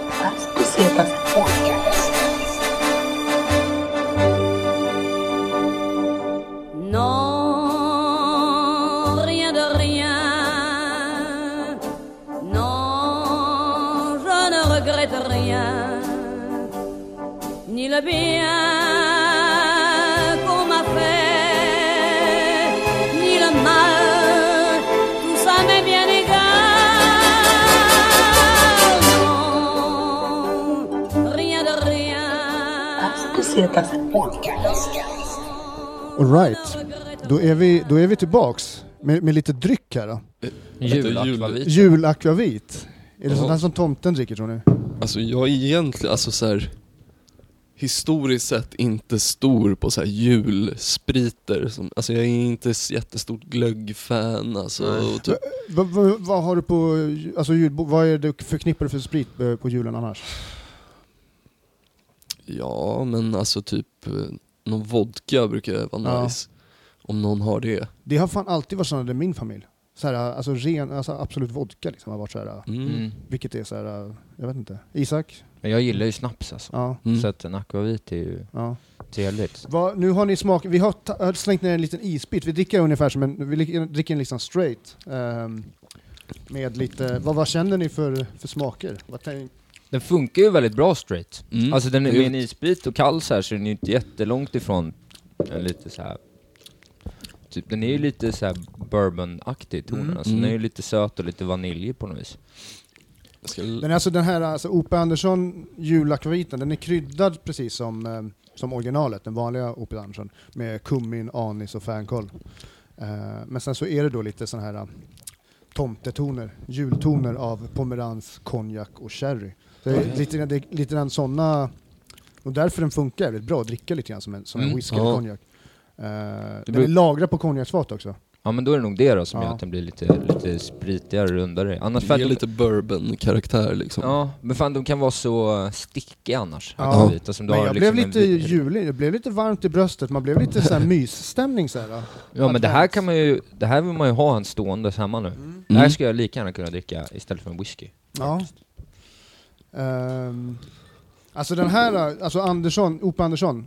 S4: Ni le bien qu'on m'a fait, ni le mal, tout ça m'est bien égal. Non, rien de rien.
S1: All right. Då är vi tillbaks med lite dryck här då. Julakvavit. Är det sånt här som tomten dricker tror ni?
S2: Alltså jag är egentligen så här historiskt sett inte stor på så här julspriter alltså jag är inte jättestort glöggfan alltså typ.
S1: Vad har du på alltså vad är det förknippar du för sprit på julen annars?
S2: Ja, men alltså typ någon vodka brukar vara nice om någon har det.
S1: Det har fan alltid varit sådana i min familj. Så här, alltså absolut vodka liksom har varit så här. Vilket är så här, jag vet inte. Isak?
S3: Men jag gillar ju snaps alltså.
S1: Ja.
S3: Så att en akvavit är ju trevligt.
S1: Nu har ni smak. Vi har slängt ner en liten isbit. Vi dricker ungefär som vi dricker en liksom straight. Med lite, vad känner ni för smaker?
S3: Den funkar ju väldigt bra straight. Alltså den är med en isbit och kall så här så den är ju inte jättelångt ifrån lite så här. Typ, den är ju lite så här bourbon-aktig tonen. Alltså, den är ju lite söt och lite vanilj på något vis.
S1: Den här O.P. Andersson julakvaviten, den är kryddad precis som originalet, den vanliga O.P. Andersson, med kummin, anis och fänkål. Men sen så är det då lite såna här tomtetoner, jultoner av pomerans, konjak och sherry. Så det är lite grann såna, och därför den funkar väldigt bra att dricka lite grann som en whisky eller konjak. Den är lagrad på konjaksfat också.
S3: Ja, men då är det nog det då som gör att den blir lite spritigare, rundare. Annars
S2: det är lite bourbon-karaktär liksom.
S3: Ja, men fan de kan vara så stickiga annars.
S1: Ja. Som men jag liksom blev lite julig, det blev lite varmt i bröstet, man blev lite så här mysstämning så här.
S3: Ja, men det här vill man ju ha en stående hemma nu. Det här skulle jag lika gärna kunna dricka istället för en whisky.
S1: Ja. Alltså den här, O.P. Andersson,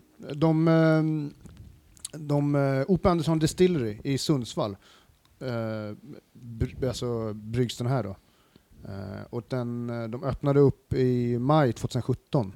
S1: O.P. Andersson Distillery i Sundsvall bryggs den här då. Och de öppnade upp i maj 2017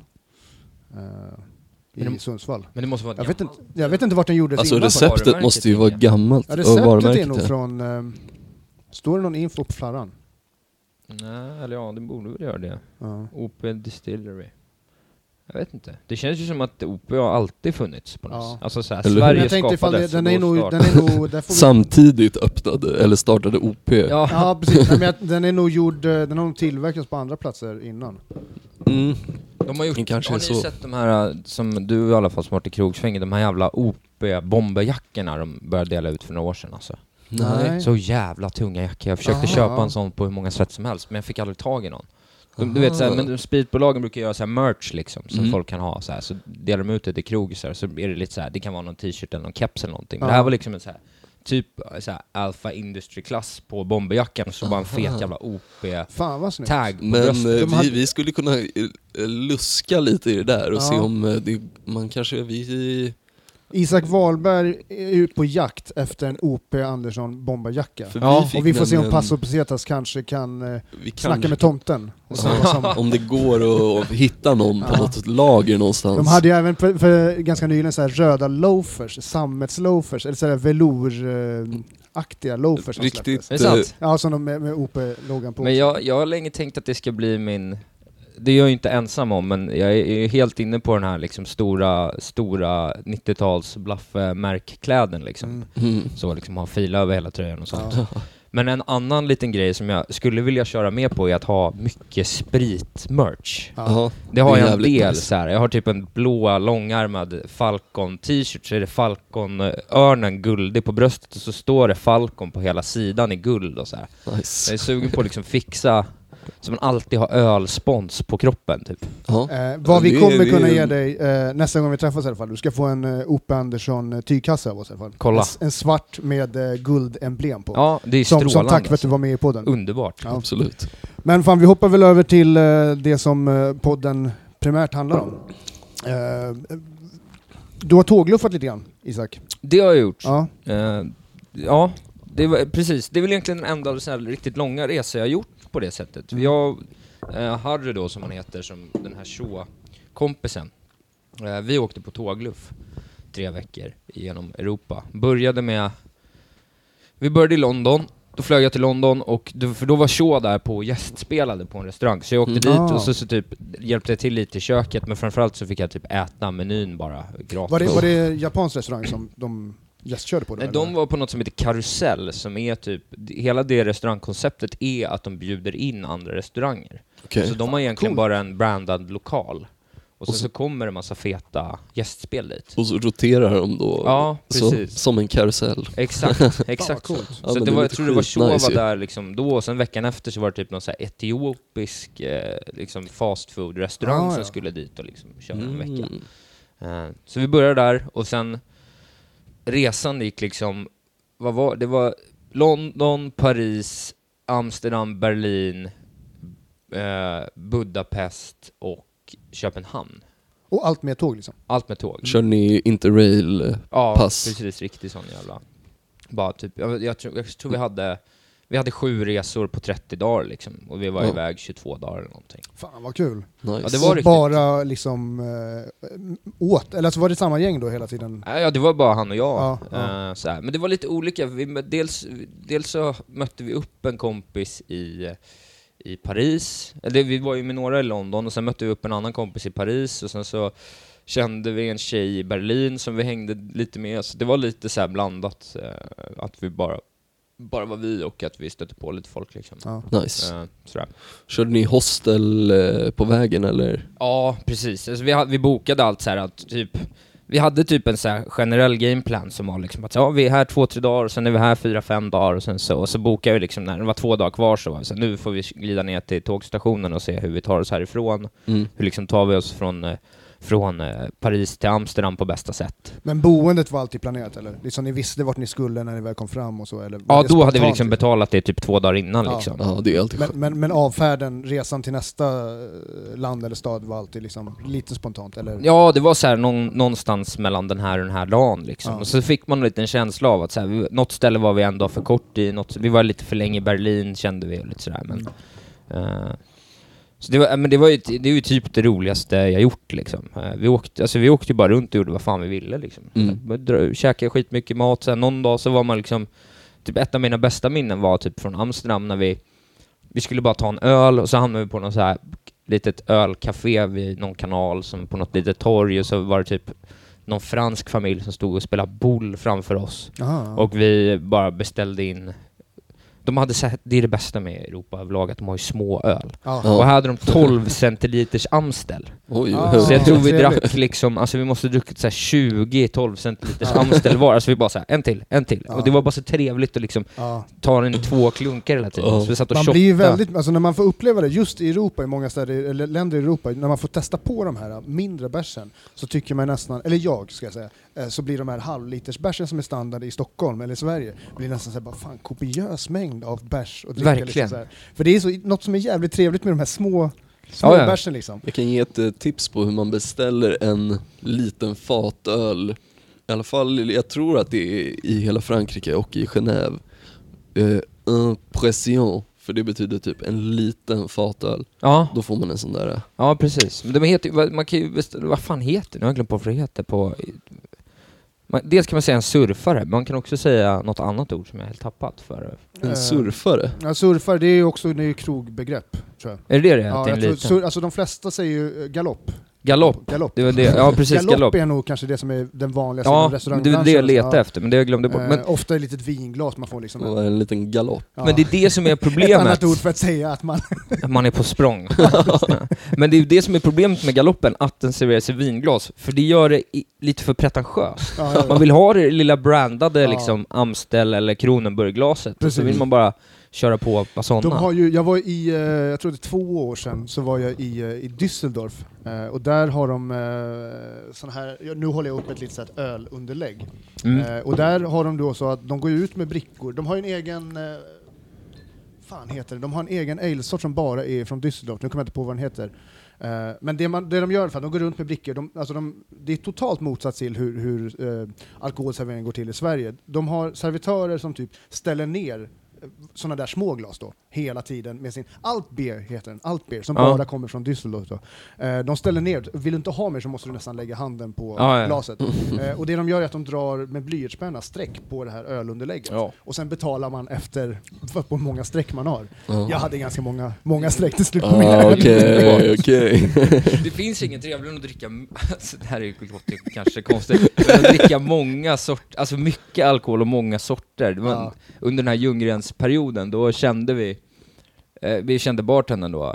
S1: i Sundsvall.
S3: Men det måste vara
S1: jag vet inte vart den gjordes
S2: alltså
S1: innan.
S2: Receptet måste ju vara gammalt.
S1: Ja, receptet är nog från står det någon info på flarran?
S3: Nej, eller det borde väl göra det. O.P. Distillery. Jag vet inte. Det känns ju som att OP har alltid funnits på något. Alltså så här, Sverige skapades den är nog
S2: samtidigt öppnade eller startade OP.
S1: Ja precis. Men den är nog gjord, den har nog tillverkats på andra platser innan.
S3: De har gjort, har ni sett de här som du i alla fall som varit i krogsvängen, de här jävla OP-bomberjackorna de började dela ut för några år sedan alltså.
S1: Nej.
S3: Så jävla tunga jackor. Jag försökte köpa en sån på hur många sätt som helst, men jag fick aldrig tag i någon. Du vet såhär, men speedbolagen brukar göra såhär merch liksom som folk kan ha såhär, så delar de ut det i krog så är det lite såhär, det kan vara någon t-shirt eller någon keps eller någonting. Men det här var liksom en såhär typ såhär Alpha Industry-klass på bomberjackan, så var en fet jävla
S1: Fan vad snyggt.
S3: OP-tag på
S2: Men
S3: bröstet.
S2: vi skulle kunna luska lite i det där och se om man kanske
S1: Isak Wahlberg är ut på jakt efter en OP Andersson bomberjacka.
S2: För
S1: och vi får se om Passo Pesetas kanske kan snacka med tomten. Och se vad som...
S2: om det går att hitta någon på något lager någonstans.
S1: De hade ju även för ganska nyligen så här röda loafers, sammetsloafers, eller så här velouraktiga loafers som
S2: Riktigt.
S1: släpptes.
S3: Är det sant?
S1: Ja, som de med OP-loggan på.
S3: Men jag har länge tänkt att det ska bli min... Det är jag ju inte ensam om, men jag är helt inne på den här liksom stora 90-tals bluff-märkkläden liksom. Så liksom ha fila över hela tröjan och sånt. Men en annan liten grej som jag skulle vilja köra med på är att ha mycket sprit-merch. Det har jag en del så här. Jag har typ en blå långärmad Falcon t-shirt, så är det Falcon-örnen guldig på bröstet och så står det Falcon på hela sidan i guld och så här.
S2: Nice.
S1: Mm.
S3: Jag är sugen på att liksom fixa så man alltid har ölspons på kroppen typ.
S1: Vad vi kommer kunna ge dig nästa gång vi träffas i alla fall. Du ska få en OP Andersson tygkasse av oss i alla fall.
S3: Kolla.
S1: En svart med guldemblem på.
S3: Ja, det är strålande.
S1: Som tack för att du var med i podden.
S3: Underbart.
S1: Ja.
S2: Absolut.
S1: Men fan, vi hoppar väl över till det som podden primärt handlar om. Du har tågluffat lite grann, Isak.
S3: Det har jag gjort.
S1: Ja.
S3: Ja, det var precis. Det är väl egentligen den enda så här riktigt långa resa jag har gjort på det sättet. Jag, Harry då som han heter, som den här kompisen. Vi åkte på tågluff 3 veckor genom Europa. Vi började i London. Då flög jag till London för då var Shaw där på gästspelade på en restaurang. Så jag åkte dit och så typ hjälpte jag till lite i köket, men framförallt så fick jag typ äta menyn bara gratis.
S1: Var det japansk restaurang som de gästkörde på?
S3: Nej, de var på något som heter Karusell, som är typ, hela det restaurangkonceptet är att de bjuder in andra restauranger.
S2: Okay.
S3: Så de har egentligen bara en brandad lokal. Och så kommer det en massa feta gästspel dit.
S2: Och så roterar de då.
S3: Ja, precis.
S2: Som en karusell.
S3: Exakt så.
S2: Ja,
S3: Så det var, jag tror det var Shaw
S2: nice,
S3: var där liksom då, och sen veckan efter så var det typ någon så här etiopisk liksom fast food restaurang som skulle dit och liksom köra en vecka. Så vi började där, och sen resan gick liksom, det var London, Paris, Amsterdam, Berlin, Budapest och Köpenhamm.
S1: Och allt med tåg liksom?
S3: Allt med tåg.
S2: Kör ni Interrail-pass?
S3: Ja, precis, riktigt sån jävla. Bara typ, jag tror vi hade 7 resor på 30 dagar liksom, och vi var iväg 22 dagar eller någonting.
S1: Fan vad kul.
S2: Nice.
S3: Ja, det var riktigt.
S1: Bara liksom åt, eller så var det samma gäng då hela tiden?
S3: Ja, det var bara han och jag.
S1: Ja.
S3: Så här. Men det var lite olika. Dels så mötte vi upp en kompis i Paris. Eller vi var ju med några i London, och sen mötte vi upp en annan kompis i Paris, och sen så kände vi en tjej i Berlin som vi hängde lite med. Så det var lite så här blandat, att vi bara var vi, och att vi stötte på lite folk liksom.
S1: Ja.
S2: Nice.
S3: Sådär.
S2: Körde ni hostel på vägen eller?
S3: Ja, precis. Alltså, vi bokade allt så här att typ, vi hade typ en så här generell gameplan som var liksom att vi är här 2-3 dagar, och sen är vi här 4-5 dagar, och sen så bokade vi liksom, när det var 2 dagar kvar så var vi så här, nu får vi glida ner till tågstationen och se hur vi tar oss härifrån. Hur liksom tar vi oss från Paris till Amsterdam på bästa sätt.
S1: Men boendet var alltid planerat, eller? Liksom ni visste vart ni skulle när ni väl kom fram och så, eller?
S3: Ja, då hade vi liksom betalat det typ 2 dagar innan liksom.
S2: Ja, det är alltid skönt.
S1: Men avfärden, resan till nästa land eller stad var alltid liksom lite spontant, eller?
S3: Ja, det var så här någonstans mellan den här och den här dagen liksom.
S1: Ja.
S3: Och så fick man en liten känsla av att så här, något ställe var vi ändå för kort i, vi var lite för länge i Berlin kände vi, och lite sådär, men så det är ju typ det roligaste jag gjort liksom. Vi åkte ju bara runt och gjorde vad fan vi ville liksom. Käkade skitmycket mat, sen någon dag så var man liksom, typ ett av mina bästa minnen var typ från Amsterdam när vi skulle bara ta en öl, och så hamnade vi på någon så här litet ölcafé vid någon kanal som på något litet torg, och så var det typ någon fransk familj som stod och spelade boule framför oss.
S1: Aha.
S3: Och vi bara beställde in de hade sett, det är det bästa med Europa överlag, att de har ju små öl.
S1: Ja.
S3: Och här hade de 12 centiliters Amstel.
S2: Oj,
S3: Så jag tror vi
S1: trevligt.
S3: drack liksom, alltså vi måste druckit så här 20 12 centiliters Amstel var. Alltså vi bara så här, en till.
S1: Ja.
S3: Och det var bara så trevligt att liksom
S1: Ja.
S3: ta den i 2 klunkar hela tiden.
S2: Ja.
S3: Så vi satt och
S1: Man
S3: shottade.
S1: blir ju väldigt, alltså när man får uppleva det just i Europa, i många städer eller länder i Europa, när man får testa på de här mindre bärsen, så tycker man nästan, eller jag ska jag säga, så blir de här halvliters bärsen som är standard i Stockholm eller i Sverige, blir nästan så här, bara fan, kopiös mängd av bärs och dricka.
S3: Verkligen.
S1: Liksom så här. För det är så, något som är jävligt trevligt med de här små
S3: Ja.
S1: bärsen liksom.
S2: Jag kan ge ett tips på hur man beställer en liten fatöl. I alla fall, jag tror att det är i hela Frankrike och i Genève. Un pression, för det betyder typ en liten fatöl.
S3: Ja,
S2: Då får man en sån där.
S3: ja precis. Men de heter ju, man kan ju vad fan heter det? Nu har jag glömt på vad det heter på... Dels kan man säga en surfare, men man kan också säga något annat ord som jag helt tappat för.
S2: En surfare.
S1: Ja, surfare, det är ju också det är ju krogbegrepp, tror jag.
S3: Är det det?
S1: Ja,
S3: Att det är en
S1: jag tror,
S3: liten?
S1: alltså de flesta säger ju galopp.
S3: Galopp. Det var det. Ja, precis.
S1: Galopp är nog kanske det som är den vanligaste
S3: Ja, det
S1: restaurangbranschen.
S3: var det jag letade
S1: Ja.
S3: efter, men det jag glömde bort. Men,
S1: Ofta ett litet vinglas man får liksom.
S2: Och en liten galopp.
S1: Ja.
S3: men det är det som är
S1: Ett
S3: problemet.
S1: annat ord för att säga att man...
S3: Att man är på språng. Men det är ju det som är problemet med galoppen, att den serveras i vinglas. För det gör det lite för pretentiöst.
S1: Ja.
S3: Man vill ha det lilla brandade
S1: Ja.
S3: liksom Amstel eller Kronenburgglaset. Och så
S1: Precis.
S3: vill man bara köra på sådana.
S1: De har ju, jag var i, jag tror det är 2 år sedan, så var jag i Düsseldorf. Och där har de sån här, nu håller jag upp ett litet så här ölunderlägg. Och där har de då så att de går ut med brickor. De har ju en egen... fan heter det? De har en egen ale-sort som bara är från Düsseldorf. Nu kommer jag inte på vad den heter. Men det de gör i alla fall, de går runt med brickor. Det är totalt motsats till hur alkoholserveringen går till i Sverige. De har servitörer som typ ställer ner sådana där små glas då, hela tiden med sin Altbier heter den, Altbier, som bara kommer från Düsseldorf då. De ställer ner, vill du inte ha mer så måste du nästan lägga handen på glaset. Och det de gör är att de drar med blyertspenna streck på det här ölunderlägget.
S3: Ja.
S1: Och sen betalar man efter på hur många streck man har.
S2: Ja.
S1: Jag hade ganska många streck till slut på min öl.
S2: Okej.
S3: Det finns inget trevligare än att dricka, alltså, det här är kanske konstigt, men att dricka många sorter, alltså mycket alkohol och många sorter.
S1: Ja.
S3: Under den här Ljunggrens-perioden, då kände vi kände bartendern då,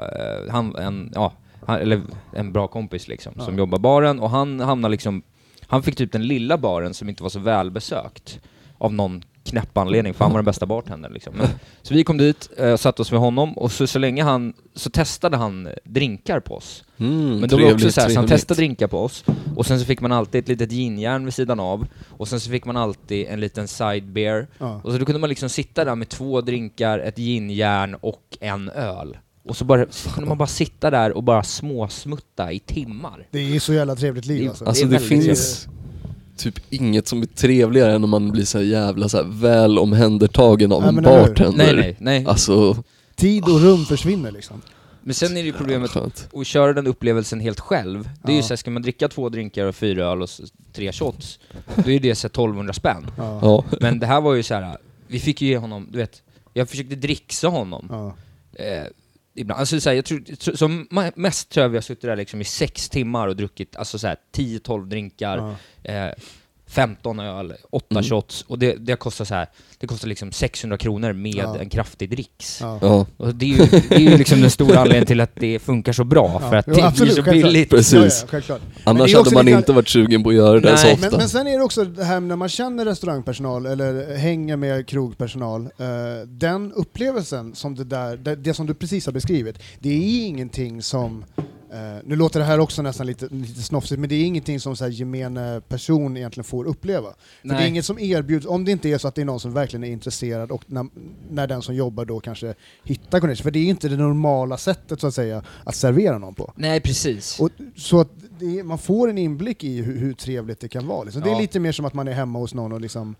S3: en bra kompis liksom, som jobbar baren, och han hamnade liksom, han fick typ den lilla baren som inte var så välbesökt av någon knäpp anledning, för han var den bästa bartendern liksom. Så vi kom dit, satt oss med honom, och så länge så testade han drinkar på oss. Men då var det också så han testade drinkar på oss, och sen så fick man alltid ett litet ginjärn vid sidan av, och sen så fick man alltid en liten side beer. Och så då kunde man liksom sitta där med 2 drinkar, ett ginjärn och en öl. Och så kunde man bara sitta där och bara småsmutta i timmar.
S1: Det är så jävla trevligt liv alltså.
S2: Alltså det finns typ inget som är trevligare än om man blir så jävla så väl omhändertagen av en bartender.
S3: Nej.
S2: Alltså,
S1: tid och rum försvinner liksom.
S3: Men sen är det ju problemet
S2: skönt.
S3: att köra den upplevelsen helt själv. Det är ju såhär, ska man dricka 2 drinkar och 4 öl och 3 shots, då är det så 1200 spänn.
S2: Ja.
S3: Men det här var ju så här, vi fick ju ge honom, du vet, jag försökte dricksa honom. Ibland, alltså så här, jag tror som mest tror jag vi har suttit där liksom i 6 timmar och druckit alltså så här 10-12 drinkar, 15 öl, 8 shots, och det kostar så här, det kostar liksom 600 kronor med en kraftig dricks. Och det är ju liksom den stora anledningen till att det funkar så bra, för att det blir så billigt.
S2: Precis. Annars hade man inte varit sugen på att göra det så ofta.
S1: Men sen är det också det här när man känner restaurangpersonal eller hänger med krogpersonal, den upplevelsen som det som du precis har beskrivit, det är ingenting som nu låter det här också nästan lite snofsigt, men det är ingenting som så här gemene person egentligen får uppleva. För det är inget som erbjuds, om det inte är så att det är någon som verkligen är intresserad, och när den som jobbar då kanske hittar connection. För det är inte det normala sättet så att säga att servera någon på.
S3: Nej, precis.
S1: Och, så att man får en inblick i hur trevligt det kan vara. Liksom. Det är lite mer som att man är hemma hos någon och liksom...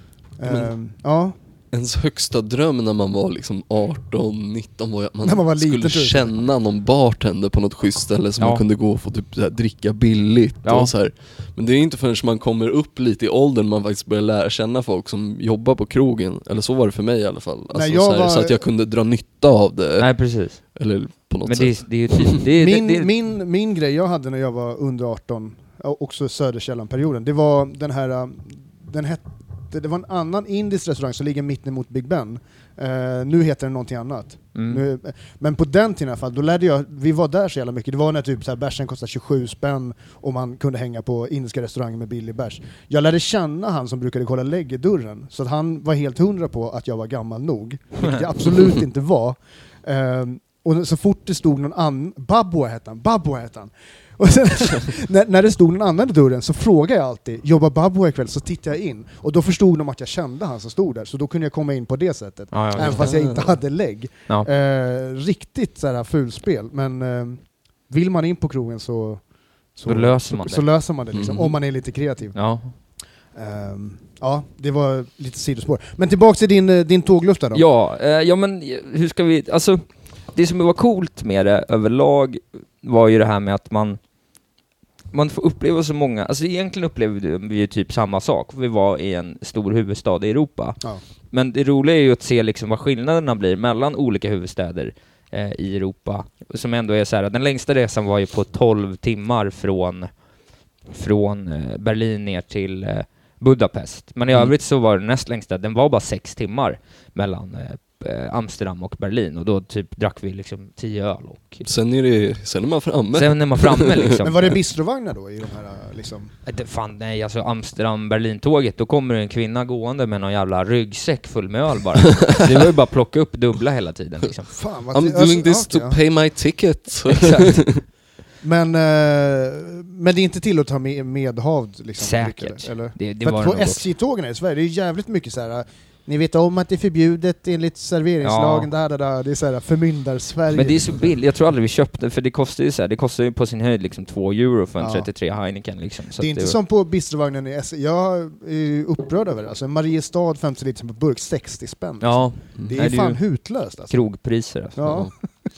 S2: Ens högsta dröm när man var liksom 18-19 var att
S1: man
S2: skulle känna någon bartender på något schysst ställe som man kunde gå och få typ så här, dricka billigt och så här. Men det är inte förrän man kommer upp lite i åldern man faktiskt börjar lära känna folk som jobbar på krogen, eller så var det för mig i alla fall. Alltså, så att jag kunde dra nytta av det.
S3: Nej, precis.
S2: Eller på något
S3: men
S2: sätt.
S3: Det är ju
S1: min grej jag hade när jag var under 18, också Söderkällan-perioden, det var den här det var en annan indisk restaurang som ligger mitt emot Big Ben, Nu heter det någonting annat. Nu, men på den tiden i alla fall, då lärde vi var där så jävla mycket. Det var när typ så här, bärsen kostade 27 spänn och man kunde hänga på indiska restauranger med billig bärs. Jag lärde känna han som brukade kolla lägg i dörren, så att han var helt 100 på att jag var gammal nog, vilket jag absolut inte var. Och så fort det stod någon annan, Babbo hette han. Och sen, när det stod någon annan i dörren så frågade jag alltid, jobbar Babbo ikväll? Så tittade jag in och då förstod de att jag kände han som stod där, så då kunde jag komma in på det sättet, även fast jag inte hade lägg. Riktigt så här fulspel, men vill man in på krogen så löser man det liksom, om man är lite kreativ. Ja, det var lite sidospår. Men tillbaka till din tågluftare då.
S3: Ja, men hur ska vi, alltså det som var coolt med det överlag var ju det här med att man får uppleva så många, alltså egentligen upplevde vi ju typ samma sak. Vi var i en stor huvudstad i Europa. Ja. Men det roliga är ju att se liksom vad skillnaderna blir mellan olika huvudstäder i Europa. Som ändå är så här, den längsta resan var ju på 12 timmar från Berlin ner till Budapest. Men i övrigt så var det näst längsta, den var bara 6 timmar mellan Amsterdam och Berlin, och då typ drack vi liksom 10 öl och
S2: sen är man framme.
S3: Sen är man framme liksom.
S1: Men var det bistrovagnar då i de här liksom?
S3: Nej, alltså Amsterdam-Berlin-tåget, då kommer en kvinna gående med någon jävla ryggsäck full med öl bara. Det var ju bara plocka upp dubbla hela tiden liksom.
S1: Fan,
S2: I'm doing this to pay my ticket.
S3: Exakt.
S1: Men det är inte till att ta med havd liksom.
S3: Säkert.
S1: Eller?
S3: Det
S1: för
S3: var
S1: att på SJ-tågen i Sverige, det är jävligt mycket så här. Ni vet om att det är förbjudet enligt serveringslagen, det är så här förmyndar-Sverige.
S3: Men det är så billigt, jag tror aldrig vi köpte, för det kostar ju så här, det kostar ju på sin höjd liksom 2 euro för en 33 Heineken liksom. Så
S1: det är inte som på bistrovagnen i SJ. Jag är upprörd över det. Alltså Mariestad 50 liter på burk, 60 spänn.
S3: Ja.
S1: Det är fan hutlöst alltså.
S3: Krogpriser alltså.
S1: Ja.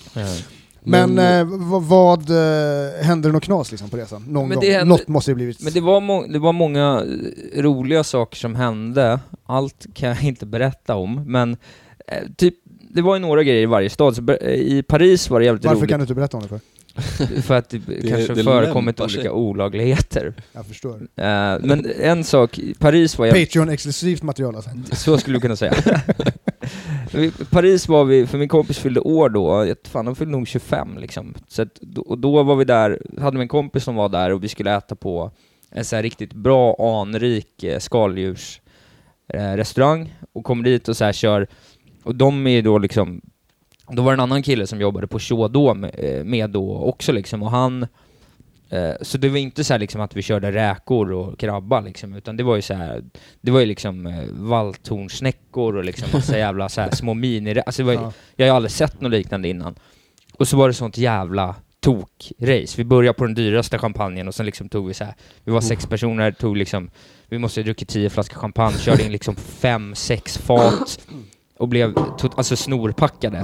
S1: Men vad händer något knas liksom på resan? Någon gång? Något måste ju blivit...
S3: Men det var många roliga saker som hände. Allt kan jag inte berätta om. Men typ, det var ju några grejer i varje stad. Så i Paris var det jävligt roligt.
S1: Varför kan du inte berätta om det för?
S3: För att det kanske förekommit olika olagligheter.
S1: Jag förstår.
S3: Men en sak, Paris var jävligt...
S1: Patreon-exklusivt material alltså.
S3: Så skulle du kunna säga. Paris var vi, för min kompis fyllde år då, de fyllde nog 25 liksom. Så att, då var vi där, hade vi en kompis som var där och vi skulle äta på en så här riktigt bra, anrik skaldjursrestaurang och kom dit och så här kör, och de är då liksom, då var det en annan kille som jobbade på Chaudot med då också liksom, och han så det var inte så här liksom att vi körde räkor och krabba liksom, utan det var ju så här, det var ju liksom valthornsnäckor och liksom massa jävla så här små mini, alltså det var, jag har aldrig sett något liknande innan. Och så var det sånt jävla tok-race. Vi började på den dyraste champagnen och sen liksom tog vi så här, vi var 6 personer, tog liksom, vi måste dricka 10 flaskor champagne, körde in liksom 5-6 fat och blev alltså snorpackade.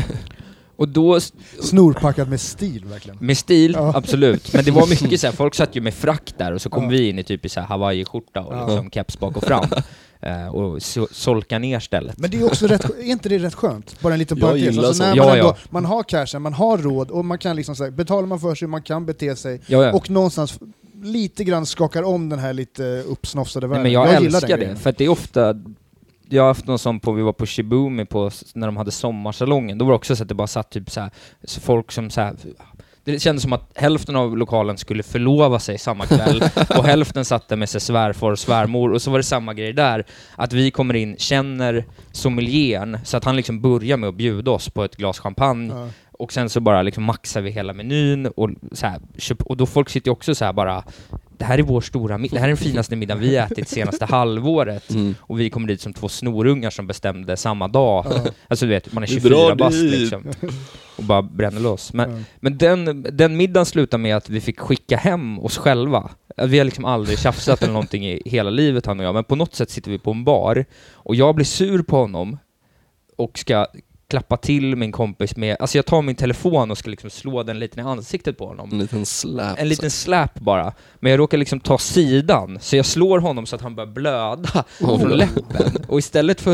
S3: Och då
S1: snorpackad med stil verkligen.
S3: Med stil, absolut. Men det var mycket så här, folk satt ju med frack där och så kom vi in i typ i så här Hawaii-skjorta och liksom keps bak och fram. Och solka ner stället.
S1: Men det är också rätt, är inte det rätt skönt? Bara en liten parentes. Alltså när man har cashen, man har råd och man kan liksom så här, betalar man för sig, man kan bete sig och någonstans lite grann skakar om den här lite uppsnofsade världen.
S3: Men jag älskar det, för att det är ofta, jag har haft någon som vi var på Shibumi när de hade sommarsalongen, då var det också så att det bara satt typ så här, så folk som så här, det kändes som att hälften av lokalen skulle förlova sig samma kväll och hälften satt där med sig svärfar och svärmor, och så var det samma grej där, att vi kommer in, känner sommelieren så att han liksom börjar med att bjuda oss på ett glas champagne och sen så bara liksom maxar vi hela menyn och så här, och då folk sitter ju också så här bara, det här är vår stora det här är den finaste middagen vi ätit senaste halvåret och vi kommer dit som 2 snorungar som bestämde samma dag. Alltså du vet, man är 24 bast liksom och bara bränner loss. Men den middagen slutar med att vi fick skicka hem oss själva. Vi har liksom aldrig tjafsat eller någonting i hela livet, han och jag, men på något sätt sitter vi på en bar och jag blir sur på honom och ska klappa till min kompis med, alltså jag tar min telefon och ska liksom slå den lite i ansiktet på honom. En liten slap bara. Men jag råkar liksom ta sidan, så jag slår honom så att han börjar blöda från läppen. Och istället för så här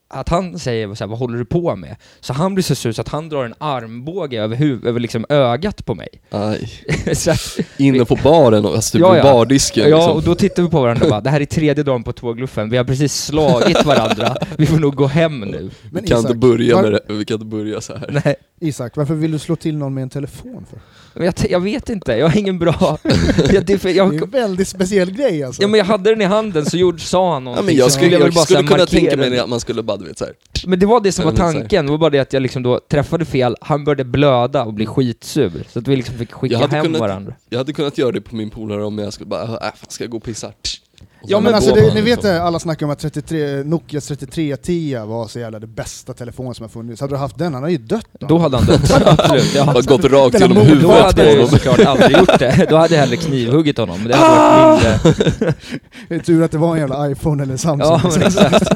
S3: att han säger så här, vad håller du på med? Så han blir så sur så att han drar en armbåge över liksom ögat på mig.
S2: Aj.
S3: Så att,
S2: Inne på baren och alltså, bardisken.
S3: Ja,
S2: liksom.
S3: och då tittar vi på varandra och bara, det här är 3:e dagen på tågluffen. Vi har precis slagit varandra. Vi får nog gå hem nu.
S1: Men
S2: Vi kan
S1: Isak,
S2: inte börja så här.
S3: Nej.
S1: Isak, varför vill du slå till någon med en telefon för?
S3: Men jag vet inte, jag har ingen bra...
S1: Det är en väldigt speciell grej alltså.
S3: Ja, men jag hade den i handen så sa han någonting.
S2: Ja, men jag skulle
S3: väl bara
S2: kunna
S3: markera
S2: tänka mig att man skulle bara, du vet, så här.
S3: Men det var det som var
S2: Eller så här.
S3: tanken, det var bara det att jag liksom då träffade fel, han började blöda och bli skitsur. Så att vi liksom fick skicka hem varandra.
S2: Jag hade kunnat göra det på min polare om jag skulle bara, fan, ska jag gå och pissa?
S1: Ja, men alltså ni vet det, alla snackar om att Nokias 3310 var så jävla det bästa telefon som har funnits. Hade du haft den, han hade ju dött
S3: Då hade han dött, absolut.
S2: Jag har gått rakt genom
S3: Då
S2: huvudet
S3: hade
S2: på
S3: jag
S2: honom.
S3: såklart aldrig gjort det. Då hade jag hellre knivhuggit honom. Men det hade varit mindre.
S1: Det är tur att det var en jävla iPhone eller Samsung.
S3: Ja, men exakt.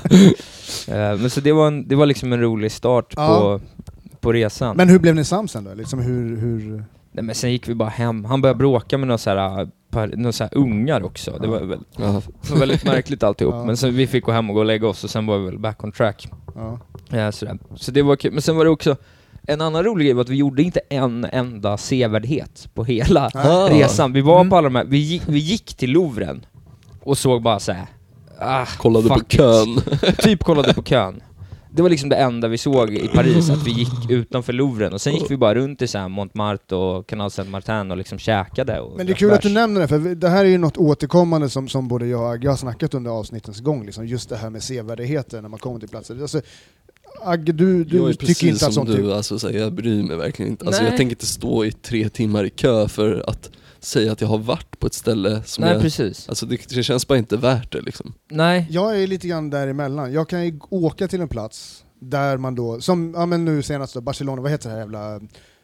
S3: Men så det var liksom en rolig start på resan.
S1: Men hur blev ni sams sen då? Liksom hur...
S3: Nej, men sen gick vi bara hem. Han började bråka med några så här ungar också. Det var väldigt märkligt alltihop. Men sen vi fick gå hem och gå och lägga oss och sen var vi väl back on track. Sådär. Så det var kul. Men sen var det också en annan rolig grej var att vi gjorde inte en enda sevärdhet på hela resan. Vi var på alla de här, vi gick till Louvren och såg bara så här.
S2: Kollade på kön.
S3: Typ kollade på kön. Det var liksom det enda vi såg i Paris, att vi gick utanför Louvren och sen gick vi bara runt i så här Montmartre och Canal Saint-Martin och liksom käkade. Och
S1: men det är kul att du nämner det, för det här är ju något återkommande som både jag och Agge har snackat under avsnittens gång, liksom, just det här med sevärdheter när man kommer till platser. Alltså, Agge, du tycker inte att sånt...
S2: Du, alltså, så här, jag bryr mig verkligen inte. Alltså, jag tänker inte stå i 3 timmar i kö för att säga att jag har varit på ett ställe som
S3: precis.
S2: Alltså det känns bara inte värt det liksom.
S3: Nej.
S1: Jag är lite grann däremellan. Jag kan ju åka till en plats där man då, som men nu senast då, Barcelona, vad heter det här jävla...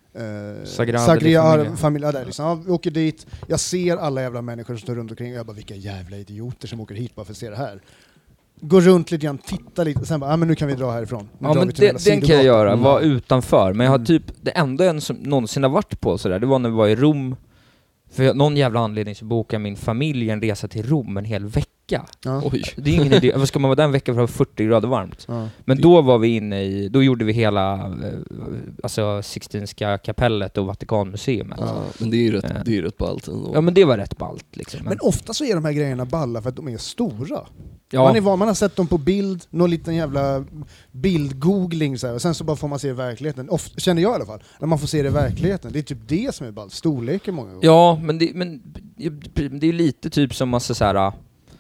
S3: Sagrada
S1: Familia där liksom. Jag åker dit, jag ser alla jävla människor som står runt omkring och jag bara, vilka jävla idioter som åker hit bara för att se det här. Gå runt lite grann, titta lite och sen bara, men nu kan vi dra härifrån. Nu
S3: men den kan jag göra, vara utanför. Men jag har typ, det enda jag någonsin har varit på sådär, det var när vi var i Rom. För någon jävla anledning så bokade min familj en resa till Rom en hel vecka.
S2: Oj.
S3: Det är ingen idé. Vad ska man vara där en vecka för att ha 40 grader varmt? Men då var vi inne i, då gjorde vi hela alltså Sixtinska kapellet och Vatikanmuseet.
S2: Men det är ju rätt ballt ändå.
S3: Ja, men det var rätt ballt liksom.
S1: Men ofta så är de här grejerna balla för att de är stora.
S3: Ja.
S1: Man har sett dem på bild, någon liten jävla bildgoogling så här, och sen så bara får man se verkligheten. Känner jag i alla fall. När man får se det i verkligheten. Det är typ det som är ballt. Storleken många gånger.
S3: Ja, men det är lite typ som massa så här.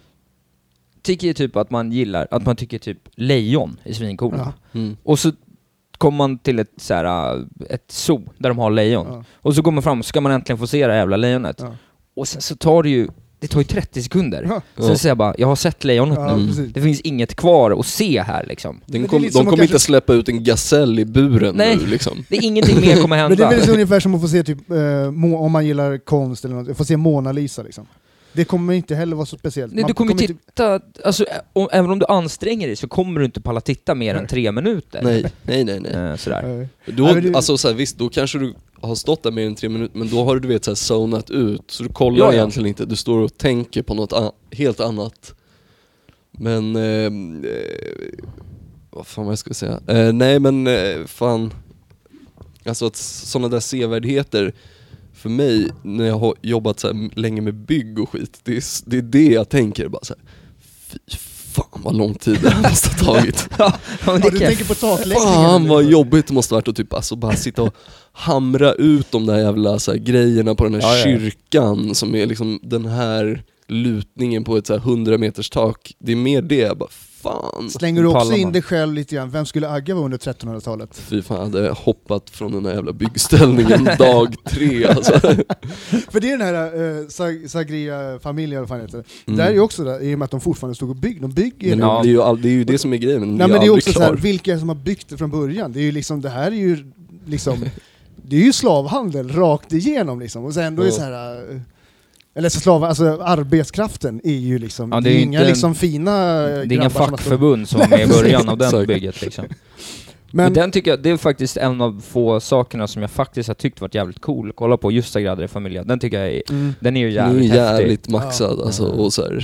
S3: Tycker typ att man tycker typ lejon är svincoola. Och så kommer man till ett zoo där de har lejon. Och så går man fram och ska man äntligen få se det jävla lejonet. Och sen så tar det ju 30 sekunder. Sen säger jag bara, jag har sett lejonet nu.
S1: Precis.
S3: Det finns inget kvar att se här liksom.
S2: De kommer inte släppa ut en gasell i buren nu liksom.
S3: Det är ingenting mer kommer hända.
S1: Men det är väl så ungefär som att få se typ, om man gillar konst eller något, få se Mona Lisa liksom. Det kommer inte heller vara så speciellt.
S3: Nej, du kommer titta, alltså, även om du anstränger dig så kommer du inte palla titta mer än 3 minuter.
S2: Nej.
S3: Sådär.
S2: Alltså så här, visst, då kanske du har stått där mer än 3 minuter, men då har du så här zonat ut, så du kollar egentligen inte, du står och tänker på något helt annat. Men vad fan vad jag ska säga? Nej men fan, alltså att sådana där sevärdheter för mig, när jag har jobbat så här länge med bygg och skit, det är det jag tänker bara så här, fy fan vad lång tid det måste ha tagit.
S1: Du tänker på takläggningen.
S2: Fan vad jobbigt det måste ha varit att typ, alltså, bara sitta och hamra ut de där jävla så här, grejerna på den här kyrkan som är liksom den här lutningen på ett så här 100 meters tak. Det är mer det, jag bara fan.
S1: Slänger du också in dig själv lite grann? Vem skulle Agge vara under 1300-talet?
S2: Fy fan, jag hade hoppat från den här jävla byggställningen dag 3 alltså.
S1: För det är den här Sagria-familjen, vad fan heter det. Där är ju också där, i och med att de fortfarande stod och byggde. De bygger
S2: det är ju det som är grejen, men
S1: nej, men det är också så här, vilka som har byggt det från början. Det är ju liksom, det här är ju liksom det är ju slavhandel rakt igenom liksom. Och sen då är det så här, eller så alltså arbetskraften är ju liksom, det är inga liksom fina,
S3: det är inga fackförbund som är med i början av den bygget liksom. Men den tycker jag, det är faktiskt en av få sakerna som jag faktiskt har tyckt varit jävligt cool. Kolla på just Sagrada Familia. Den tycker jag den är ju jävligt
S2: maxad alltså, och så här.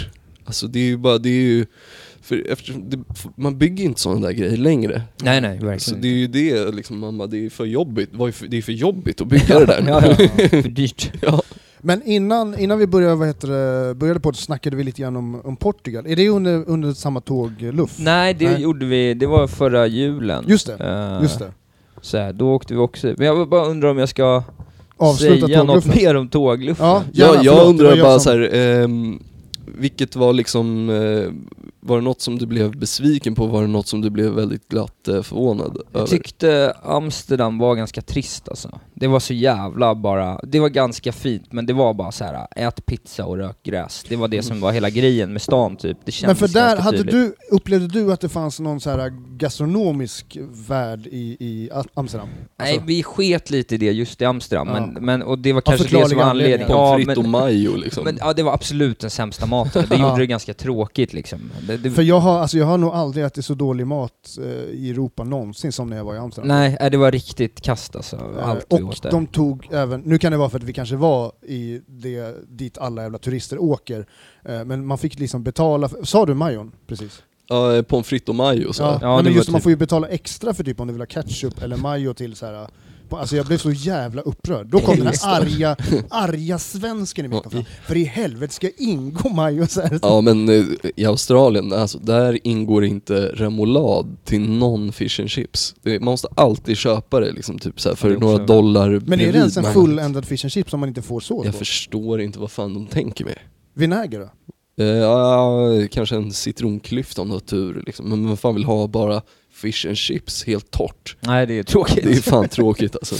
S2: Alltså det är ju för eftersom man bygger inte sådana där grejer längre.
S3: Nej, verkligen.
S2: Så det är ju det liksom, mamma, det är för jobbigt. Det är för jobbigt att bygga det där.
S3: Ja, för dyrt.
S2: Ja.
S1: Men innan vi började på det, snackade vi lite grann om Portugal. Är det under samma tågluff?
S3: Nej, det gjorde vi, det var förra julen.
S1: Just det.
S3: Så här, då åkte vi också. Men jag bara undrar om jag ska
S1: Avsluta
S3: säga något
S1: tågluffen.
S3: mer om tågluffen.
S1: Ja,
S2: Jag undrar bara så här, vilket var liksom, var det något som du blev besviken på? Var det något som du blev väldigt glatt förvånad över?
S3: Jag tyckte Amsterdam var ganska trist alltså. Det var så jävla bara, det var ganska fint, men det var bara så här: ät pizza och rök gräs. Det var det som var hela grejen med stan typ. Det kändes.
S1: Men för där
S3: ganska
S1: upplevde du att det fanns någon så här gastronomisk värld i Amsterdam?
S3: Nej, vi sket lite i det just i Amsterdam,
S1: Ja.
S3: men och det var kanske det som var
S1: förklarliga
S3: anledningen.
S2: Pommes frites och majo liksom.
S3: Men ja, det var absolut den sämsta maten. Det gjorde det ganska tråkigt liksom.
S1: För jag har nog aldrig ätit så dålig mat i Europa någonsin som när jag var i Amsterdam.
S3: Nej, det var riktigt kast alltså. Allt vi
S1: och
S3: åt där.
S1: de tog även, nu kan det vara för att vi kanske var i det dit alla jävla turister åker, men man fick liksom betala, sa du majon? Precis.
S2: Ja, pommes frites och majo så.
S3: Ja,
S1: men
S3: det
S1: just
S3: var
S1: man
S3: typ-
S1: får ju betala extra för typ om du vill ha ketchup eller majo till så här. Alltså jag blev så jävla upprörd. Då kom den här arga svensken i mig. För i helvete ska ingå majo så här.
S2: Ja, men i Australien, alltså, där ingår inte remoulad till någon fish and chips. Man måste alltid köpa det liksom, typ så här, för några dollar.
S1: Men är det ens en fulländad fish and chips som man inte får sås på?
S2: Jag förstår inte vad fan de tänker med.
S1: Vinäger då?
S2: Ja, kanske en citronklyfta om du har tur liksom. Men man fan vill ha bara fish and chips helt torrt.
S3: Nej, det är tråkigt.
S2: Det är fan tråkigt alltså.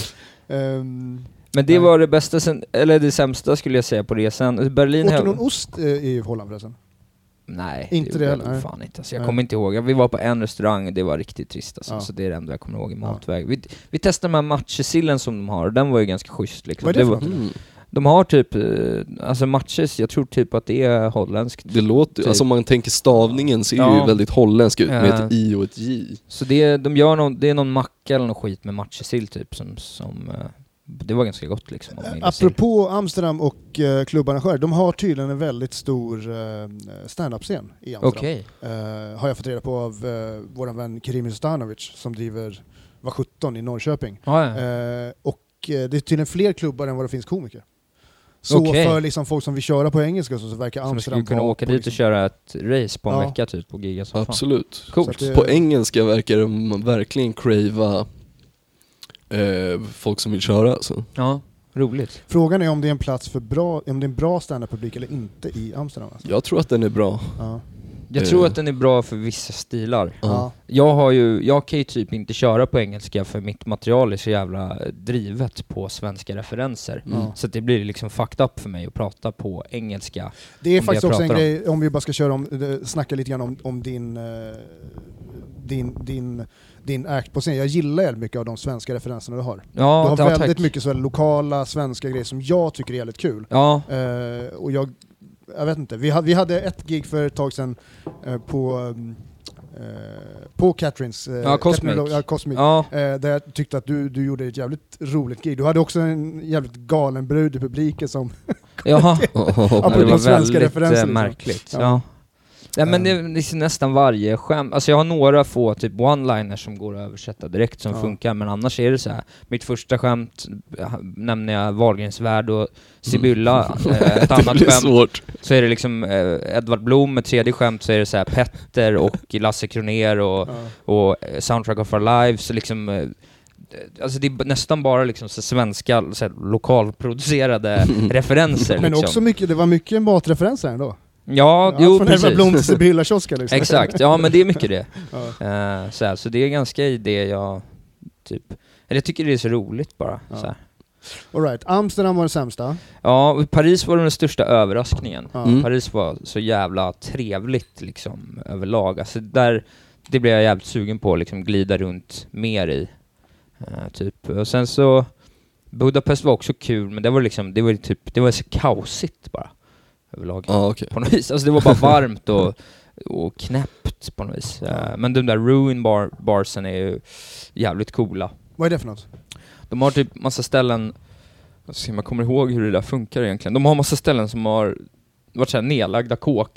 S3: Men det var det bästa sen, eller det sämsta skulle jag säga på resan. Berlin.
S1: Åt du någon ost i Holland förresten?
S3: Nej,
S1: inte det heller.
S3: fan inte. Alltså, jag kommer inte ihåg. Vi var på en restaurang och det var riktigt trist alltså. Så det är det enda jag kommer ihåg i matväg. Vi testade de här matchesillen som de har, den var ju ganska schysst liksom.
S1: Vad är det för
S3: De har typ, alltså matches, jag tror typ att det är holländskt.
S2: Det låter,
S3: typ.
S2: Alltså om man tänker stavningen ser ju väldigt holländsk ut med ett i och ett j.
S3: Så det är någon macka eller någon skit med matchesill typ som det var ganska gott liksom.
S1: Apropå Amsterdam och klubbarrangörer, de har tydligen en väldigt stor stand-up-scen i Amsterdam.
S3: Okej.
S1: Har jag fått reda på av vår vän Kerim Stanovic som driver Var 17 i Norrköping. Och det är tydligen fler klubbar än vad det finns komiker. Så för liksom folk som vill köra på engelska så verkar Amsterdam
S3: skulle kunna åka dit och köra ett race på en vecka typ och giga så
S2: absolut.
S3: Coolt.
S2: På engelska verkar man verkligen crava folk som vill köra alltså.
S3: Ja, roligt.
S1: Frågan är om det är en plats för om det är en bra stand-up-publik eller inte i Amsterdam alltså.
S2: Jag tror att den är bra.
S1: Ja.
S3: Jag tror att den är bra för vissa stilar.
S1: Ja.
S3: Jag kan ju typ inte köra på engelska för mitt material är så jävla drivet på svenska referenser. Så att det blir liksom fucked up för mig att prata på engelska.
S1: Det är faktiskt också en grej, om vi bara ska snacka lite grann om din act på scen. Jag gillar väldigt mycket av de svenska referenserna du har.
S3: Ja,
S1: du har väldigt mycket så lokala svenska grejer som jag tycker är jävligt kul.
S3: Ja.
S1: Och jag vet inte, vi hade ett gig för ett tag sedan på Catrins Cosmic, där jag tyckte att du gjorde ett jävligt roligt gig. Du hade också en jävligt galen brud i publiken som
S3: Jaha. Det var
S1: svenska
S3: väldigt
S1: referenser
S3: märkligt. Ja. Ja, men det är nästan varje skämt. Alltså jag har några få typ one-liners som går att översätta direkt som funkar, men annars är det så här. Mitt första skämt nämner jag Wahlgrens värld och Sibylla. Ett annat skämt
S2: svårt.
S3: Så är det liksom Edvard Blom. Ett tredje skämt så är det så här Petter och Lasse Kronér och Soundtrack of Our Lives. Så liksom, alltså det är nästan bara liksom så svenska så lokalproducerade referenser.
S1: Men
S3: liksom.
S1: också mycket, det var mycket matreferenser ändå.
S3: Ja, jo,
S1: från
S3: precis.
S1: Edvard Blom till Sibylla kioska liksom.
S3: Exakt, ja men det är mycket det. Så det är ganska i det jag typ, eller jag tycker det är så roligt bara. Så här.
S1: All right. Amsterdam var det sämsta.
S3: Ja, Paris var den största överraskningen.
S1: Mm.
S3: Paris var så jävla trevligt liksom överlag. Alltså det blev jag jävligt sugen på att liksom glida runt mer i. Typ. Och sen så Budapest var också kul, men det var så kaosigt bara överlag.
S2: Okay.
S3: På något vis. Alltså det var bara varmt och knäppt på något vis. Men de där ruin barsen är ju jävligt coola.
S1: Vad är det för något?
S3: De har typ massa ställen, man kommer ihåg hur det där funkar egentligen. De har massa ställen som har varit så här nedlagda kåkar.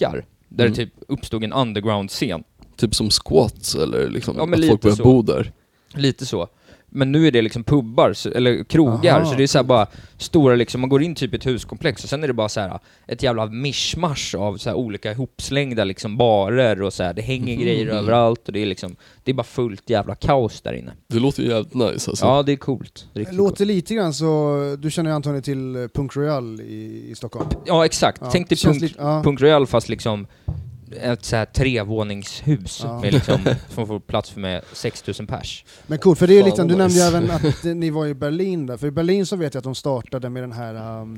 S3: Där det typ uppstod en underground-scen.
S2: Typ som squats eller liksom
S3: Ja, men
S2: att
S3: lite
S2: folk börjar
S3: så.
S2: bo där.
S3: Lite så. Men nu är det liksom pubbar, eller krogar, så det är så här bara stora liksom, man går in typ i ett huskomplex och sen är det bara så här ett jävla mischmasch av så här olika ihopslängda liksom barer och så här, det hänger grejer överallt och det är liksom, det är bara fullt jävla kaos där inne.
S2: Det låter ju jävligt nice alltså.
S3: Ja, det är coolt.
S1: Det
S3: Riktigt
S1: låter
S3: coolt.
S1: lite grann så, du känner ju Antonio till Punk Royal i Stockholm.
S3: Ja, exakt.
S1: Ja,
S3: Tänk dig
S1: känns lite- ja.
S3: Punk Royal fast liksom ett så här 3-våningshus med liksom, som får plats för med 6000 pers.
S1: Men cool, för det är
S2: Fan,
S1: liksom, du
S2: vad
S1: nämnde
S2: nice.
S1: även att ni var i Berlin där. För i Berlin så vet jag att de startade med den här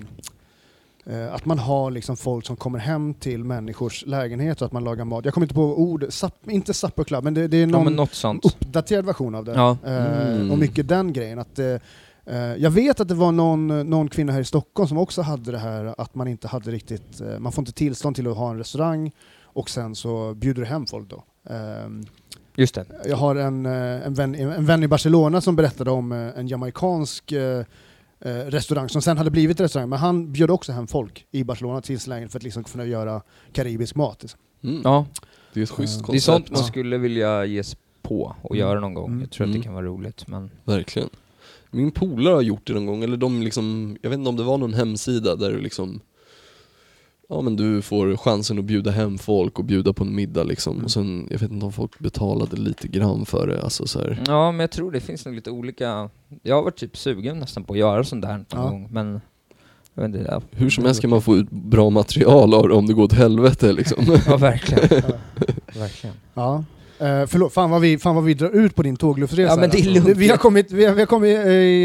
S1: att man har liksom folk som kommer hem till människors lägenhet och att man lagar mat. Jag kommer inte på ord, inte Supper Club, men det är
S3: Ja,
S1: någon
S3: men något sånt.
S1: uppdaterad version av det.
S3: Ja.
S1: Och mycket den grejen. Att, jag vet att det var någon kvinna här i Stockholm som också hade det här att man inte hade riktigt, man får inte tillstånd till att ha en restaurang och sen så bjuder du hem folk då.
S3: Just det.
S1: Jag har en vän i Barcelona som berättade om en jamaikansk restaurang som sen hade blivit restaurang, men han bjöd också hem folk i Barcelona till sin lägenhet för att liksom kunna göra karibisk mat. Liksom.
S3: Ja,
S2: Det är ett schysst koncept.
S3: det är sånt man
S1: Ja.
S3: skulle vilja ge sig på och göra någon gång. Jag tror att det kan vara roligt, men
S2: Verkligen. Min polare har gjort det någon gång, eller de liksom, jag vet inte om det var någon hemsida där du liksom, ja men du får chansen att bjuda hem folk och bjuda på en middag liksom. Och sen, jag vet inte om folk betalade lite grann för det, alltså så här.
S3: ja, men jag tror det finns nog lite olika. Jag har varit typ sugen nästan på att göra sånt där någon gång, men jag vet inte, ja.
S2: Hur som helst kan man få ut bra material av det om det går åt helvete liksom.
S3: Ja, verkligen. Verkligen.
S1: Ja. Förlåt, fan vad vi drar ut på din tågluffsresa.
S3: Ja, men det är
S1: här.
S3: lugnt.
S1: Vi har kommit i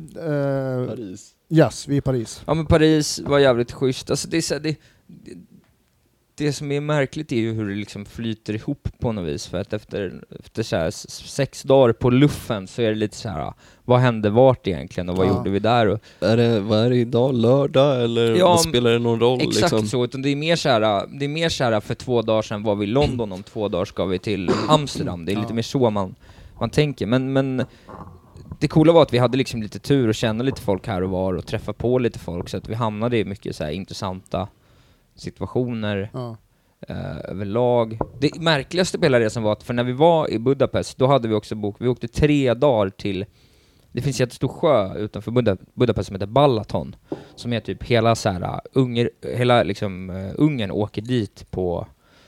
S2: Paris.
S1: yes, vi är i Paris.
S3: Ja, men Paris var jävligt schysst. Alltså det är så här, det som är märkligt är ju hur det liksom flyter ihop på något vis, för att efter så här 6 dagar på luffen så är det lite så här, vad hände vart egentligen och vad gjorde vi där? Och
S2: Vad är det idag? Lördag? Eller
S3: Ja,
S2: vad spelar det någon roll?
S3: exakt
S2: liksom?
S3: så, utan det är mer så här för 2 dagar sedan var vi i London, om 2 dagar ska vi till Amsterdam. Det är lite mer så man tänker, men det coola var att vi hade liksom lite tur och känna lite folk här och var och träffa på lite folk, så att vi hamnade i mycket så här intressanta situationer överlag. Det märkligaste på hela resan var att, för när vi var i Budapest, då hade vi också vi åkte 3 dagar till, det finns en jättestor sjö utanför Budapest som heter Balaton, som är typ hela så här hela liksom Ungern åker dit på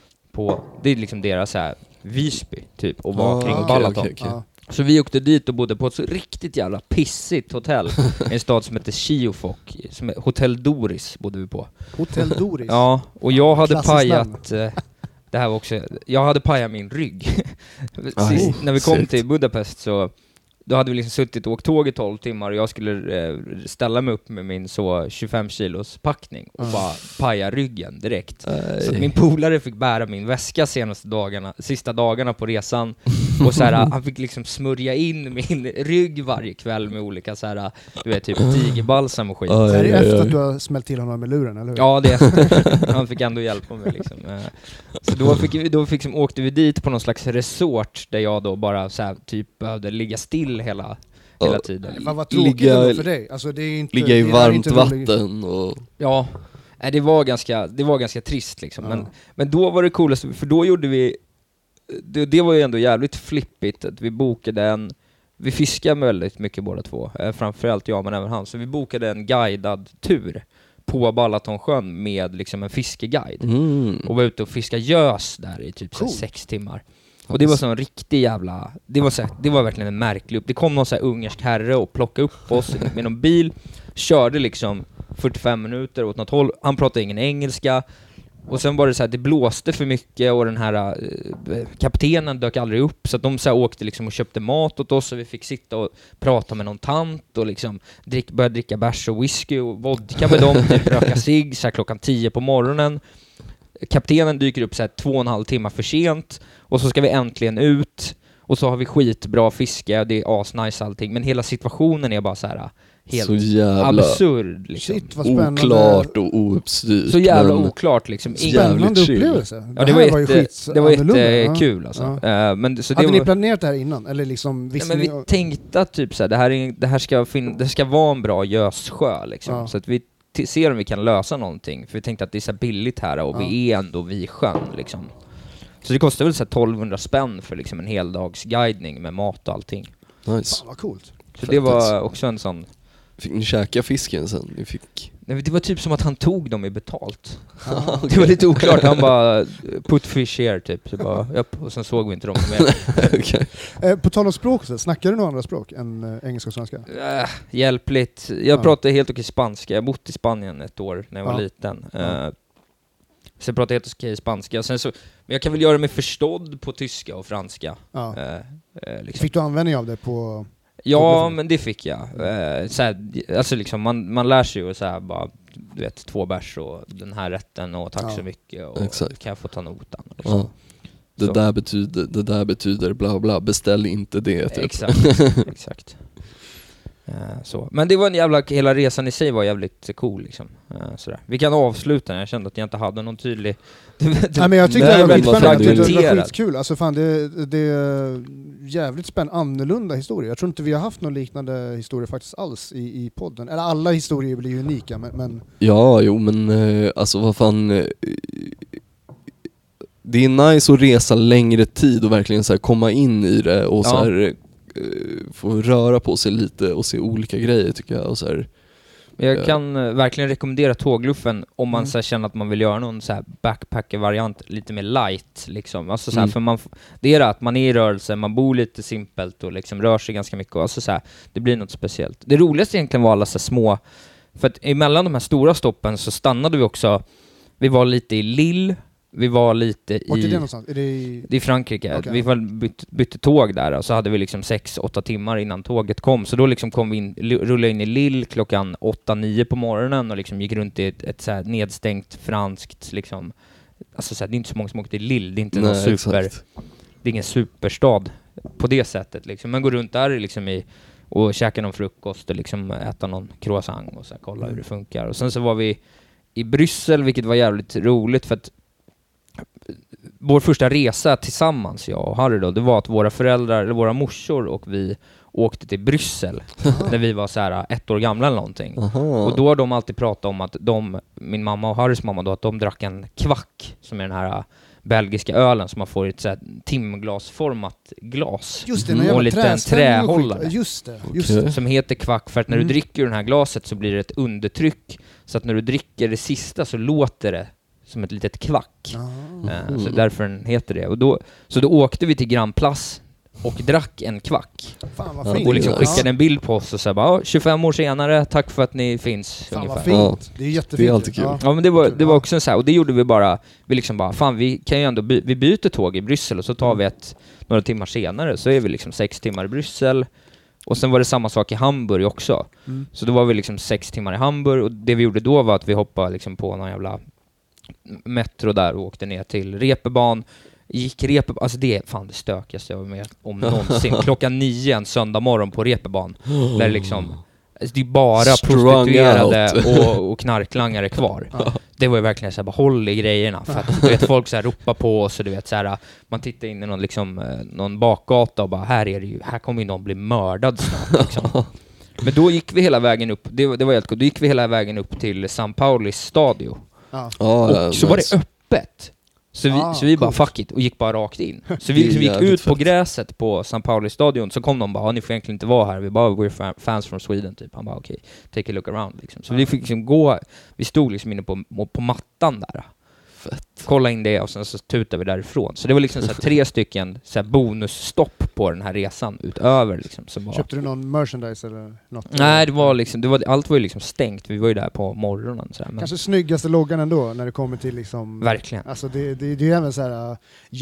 S3: det är liksom deras så här Visby typ, och var kring Balaton.
S2: okej.
S3: Så vi åkte dit och bodde på ett så riktigt jävla pissigt hotell i en stad som heter Chiofok, som är Hotel Doris bodde vi på.
S1: Hotel Doris.
S3: Ja, och jag hade
S1: Klassiskt
S3: pajat det här var också, jag hade pajat min rygg. Sist, när vi kom till Budapest så då hade vi liksom suttit och åkt tåg i 12 timmar och jag skulle ställa mig upp med min så 25 kilos packning och bara paja ryggen direkt. Så att min polare fick bära min väska sista dagarna på resan och så här, han fick liksom smörja in min rygg varje kväll med olika så här, du vet, typ tigerbalsam och skit.
S1: Är det efter att du har smält till honom med luren, eller hur?
S3: Ja, det han fick ändå hjälpa mig liksom. Så då åkte vi dit på någon slags resort där jag då bara så här, typ behövde ligga still hela tiden.
S1: Vad var tråkigt ändå för dig? Alltså, det är inte,
S2: Ligga i
S1: det är
S2: varmt
S1: inte roligt.
S2: vatten och...
S3: Ja, det var ganska trist liksom. Men då var det coolaste, för då gjorde vi det var ju ändå jävligt flippigt att vi bokade vi fiskade väldigt mycket båda två, framförallt jag men även han, så vi bokade en guidad tur på Balatonsjön med liksom en fiskeguide och var ute och fiska gös där i typ 6 timmar. Och det var så en riktig jävla, det var verkligen en märklig det kom någon så här ungersk herre och plockade upp oss med någon bil, körde liksom 45 minuter åt något håll, han pratade ingen engelska. Och sen var det så här, det blåste för mycket och den här kaptenen dök aldrig upp, så att de så här åkte liksom och köpte mat åt oss och vi fick sitta och prata med någon tant och liksom börja dricka bärs och whisky och vodka med dem, typ röka cigg så här klockan 10 på morgonen. Kaptenen dyker upp så här 2,5 timmar för sent och så ska vi äntligen ut och så har vi skitbra fiske och det är asnice allting, men hela situationen är bara så här helt
S2: så jävla
S3: absurd liksom.
S1: Shit, vad spännande.
S2: oklart och ouppstyrt.
S3: Så jävla oklart liksom.
S1: Spännande
S2: chill.
S1: upplevelse.
S3: Ja, det var jättekul alltså. Men så
S1: hade
S3: det
S1: ni
S3: var,
S1: planerat det här innan? Eller liksom,
S3: men vi tänkte att typ så här, det här ska vara en bra gössjö liksom. Så att vi se om vi kan lösa någonting. För vi tänkte att det är så här billigt här och vi är ändå vid sjön liksom. Så det kostar väl så här 1200 spänn för liksom en heldagsguidning med mat och allting.
S2: Nice.
S1: Fan vad coolt.
S3: Så det var också en sån...
S2: Fick ni käka fisken sen? Ni fick...
S3: Nej, det var typ som att han tog dem i betalt. Det var lite oklart. Han bara put fish here typ. Så bara, och sen såg vi inte dem mer.
S2: Okay.
S1: På tal om språk, så snackar du några andra språk än engelska och svenska?
S3: Hjälpligt. Jag pratar helt okej spanska. Jag har bott i Spanien ett år när jag var liten. Så jag pratar helt okej spanska. Sen så, men jag kan väl göra mig förstådd på tyska och franska. Liksom.
S1: Fick du användning av det på...
S3: Ja, men det fick jag. Såhär, alltså liksom, man lär sig ju såhär bara, du vet, 2 bärs och den här rätten och tack så mycket och
S2: exakt.
S3: Kan jag få ta notan. Liksom.
S2: Ja. Det där betyder bla bla, beställ inte det. Typ.
S3: Exakt. Så. Men det var en jävla, hela resan i sig var jävligt cool liksom. Sådär. Vi kan avsluta, jag kände att jag inte hade någon tydlig...
S1: Nej, men jag tyckte det var skitspännande. Det var skitkul. Alltså fan, det är jävligt spännande, annorlunda historia. Jag tror inte vi har haft någon liknande historia faktiskt alls i podden. Eller alla historier blir unika, men...
S2: Ja, jo, men alltså vad fan... Det är nice att resa längre tid och verkligen så här komma in i det och så här... få röra på sig lite och se olika grejer tycker jag och så här.
S3: Jag kan verkligen rekommendera Tågluffen om man så här, känner att man vill göra någon så här backpacker-variant lite mer light liksom. Alltså så här, för det är att man är i rörelse, man bor lite simpelt och liksom rör sig ganska mycket och alltså så här, det blir något speciellt. Det roligaste egentligen var alla så här små, för att emellan de här stora stoppen så stannade vi också. Vi var lite i Lille. Vi var lite
S1: Vart är det någonstans? Är det i
S3: Frankrike.
S1: Okay.
S3: Vi bytte tåg där och så hade vi liksom 6-8 timmar innan tåget kom. Så då liksom kom vi in, rullade in i Lille klockan 8-9 på morgonen och liksom gick runt i ett så här nedstängt franskt liksom. Alltså så här, det är inte så många som åker till Lille. Det är inte någon det är ingen superstad på det sättet liksom. Men går runt där liksom och käkar någon frukost och liksom äta någon croissant och så här, kolla hur det funkar. Och sen så var vi i Bryssel, vilket var jävligt roligt för att vår första resa tillsammans, jag och Harry då, det var att våra föräldrar, eller våra morsor och vi åkte till Bryssel när vi var så här 1 år gamla eller någonting. Och då har de alltid pratat om att min mamma och Harrys mamma då, att de drack en kvack som är den här belgiska ölen som man får i ett så här timglasformat glas.
S1: Just det,
S3: och en liten trähållare.
S1: Just det.
S3: Som heter kvack för att när du dricker den här glaset så blir det ett undertryck så att när du dricker det sista så låter det som ett litet kvack. Så därför den heter det. Och då åkte vi till Grand Place och drack en kvack.
S1: Fan vad fint.
S3: Och liksom skickade en bild på oss och sa bara 25 år senare, tack för att ni finns.
S1: Fan
S3: ungefär.
S1: vad fint. Det är jättefint.
S2: Det är alltid kul.
S3: Ja, men det var också så här, och det gjorde vi bara, vi liksom bara, fan vi kan ju ändå, vi byter tåg i Bryssel och så tar vi några timmar senare så är vi liksom 6 timmar i Bryssel. Och sen var det samma sak i Hamburg också. Så då var vi liksom 6 timmar i Hamburg och det vi gjorde då var att vi hoppade liksom på någon jävla metro där och åkte ner till Reeperbahn. Alltså det är fan det stökigaste jag var med om någonsin. 9:00 en söndag morgon på Reeperbahn. Där liksom, det är bara prostituerade och knarklangare kvar. Det var ju verkligen så här, bara håll i grejerna. För att du vet, folk så här ropar på oss och du vet så här, man tittar in i någon bakgata och bara, här kommer ju någon bli mördad snart liksom. Men då gick vi hela vägen upp, det var helt coolt. Då gick vi hela vägen upp till São Paulis stadio. Och så var det öppet. Så vi bara fuck it och gick bara rakt in. Så vi gick ut på gräset på São Paulis stadion. Så kom de bara, ni får egentligen inte vara här. Vi bara, we're fans from Sweden typ. Han bara, okej, take a look around liksom. Så vi fick liksom gå, vi stod liksom inne på mattan där. Fett. Kolla in det och sen så tutade vi därifrån. Så det var liksom så här 3 stycken så här bonusstopp på den här resan utöver liksom. Så bara... Köpte
S1: du någon merchandise eller något?
S3: Nej, det var liksom, allt var ju liksom stängt. Vi var ju där på morgonen. Så här, men...
S1: Kanske snyggaste loggan ändå när det kommer till liksom...
S3: Verkligen.
S1: Alltså det är även så här,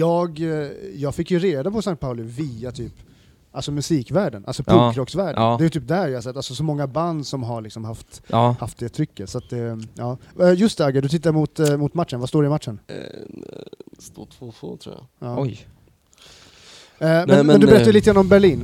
S1: jag fick ju reda på São Paulo via typ alltså musikvärlden, alltså punkrocksvärlden. Ja. Det är typ där jag har sett, alltså så många band som har liksom haft det trycket. Så att, ja. Just det, Agge, du tittar mot matchen. Vad står det i matchen?
S2: Det står 2-2 tror jag.
S1: Ja.
S3: Oj.
S1: Men du berättade lite om Berlin.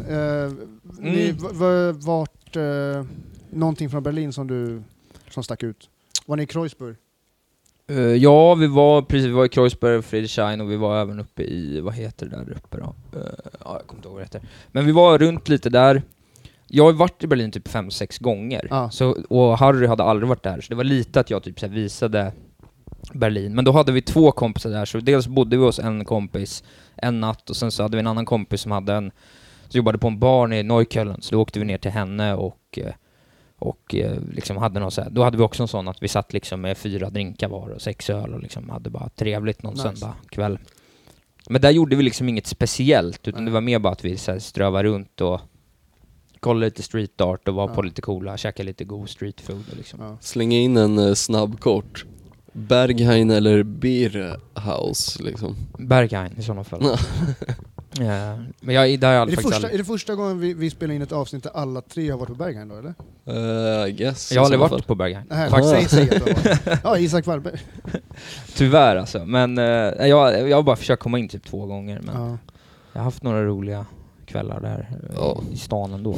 S1: Någonting från Berlin som stack ut? Var ni i Kreuzberg?
S3: Ja, vi var i Kreuzberg, Friedrichshain och vi var även uppe i, vad heter det där uppe då? Ja, jag kommer inte ihåg vad det heter. Men vi var runt lite där. jag har varit i Berlin typ 5-6 gånger.
S1: Ja.
S3: Så, och Harry hade aldrig varit där. Så det var lite att jag typ så här visade Berlin. Men då hade vi 2 kompisar där. Så dels bodde vi hos en kompis en natt. Och sen så hade vi en annan kompis som jobbade på en bar i Neukölln. Så då åkte vi ner till henne och liksom hade någon så här, då hade vi också en sån att vi satt liksom med 4 drinkar var och 6 öl och liksom hade bara trevligt någon söndag kväll. Men där gjorde vi liksom inget speciellt, utan det var mer bara att vi så här strövade runt och kollade lite street art och var på lite coola, käkade lite god street food och liksom.
S1: Ja.
S2: Slänga in en snabbkort. Berghain eller Bierhaus liksom.
S3: Berghain i sådana fall. Ja, men jag där
S1: Är det första gången vi spelar in ett avsnitt där alla 3 har varit på Berghain då, eller?
S2: I guess.
S3: Jag har aldrig varit på Berghain.
S1: Nej, faktiskt säg att det var. Ja, Isak Wallberg.
S3: Tyvärr alltså, men jag har bara försökt komma in typ 2 gånger, men jag har haft några roliga kvällar där i stan ändå.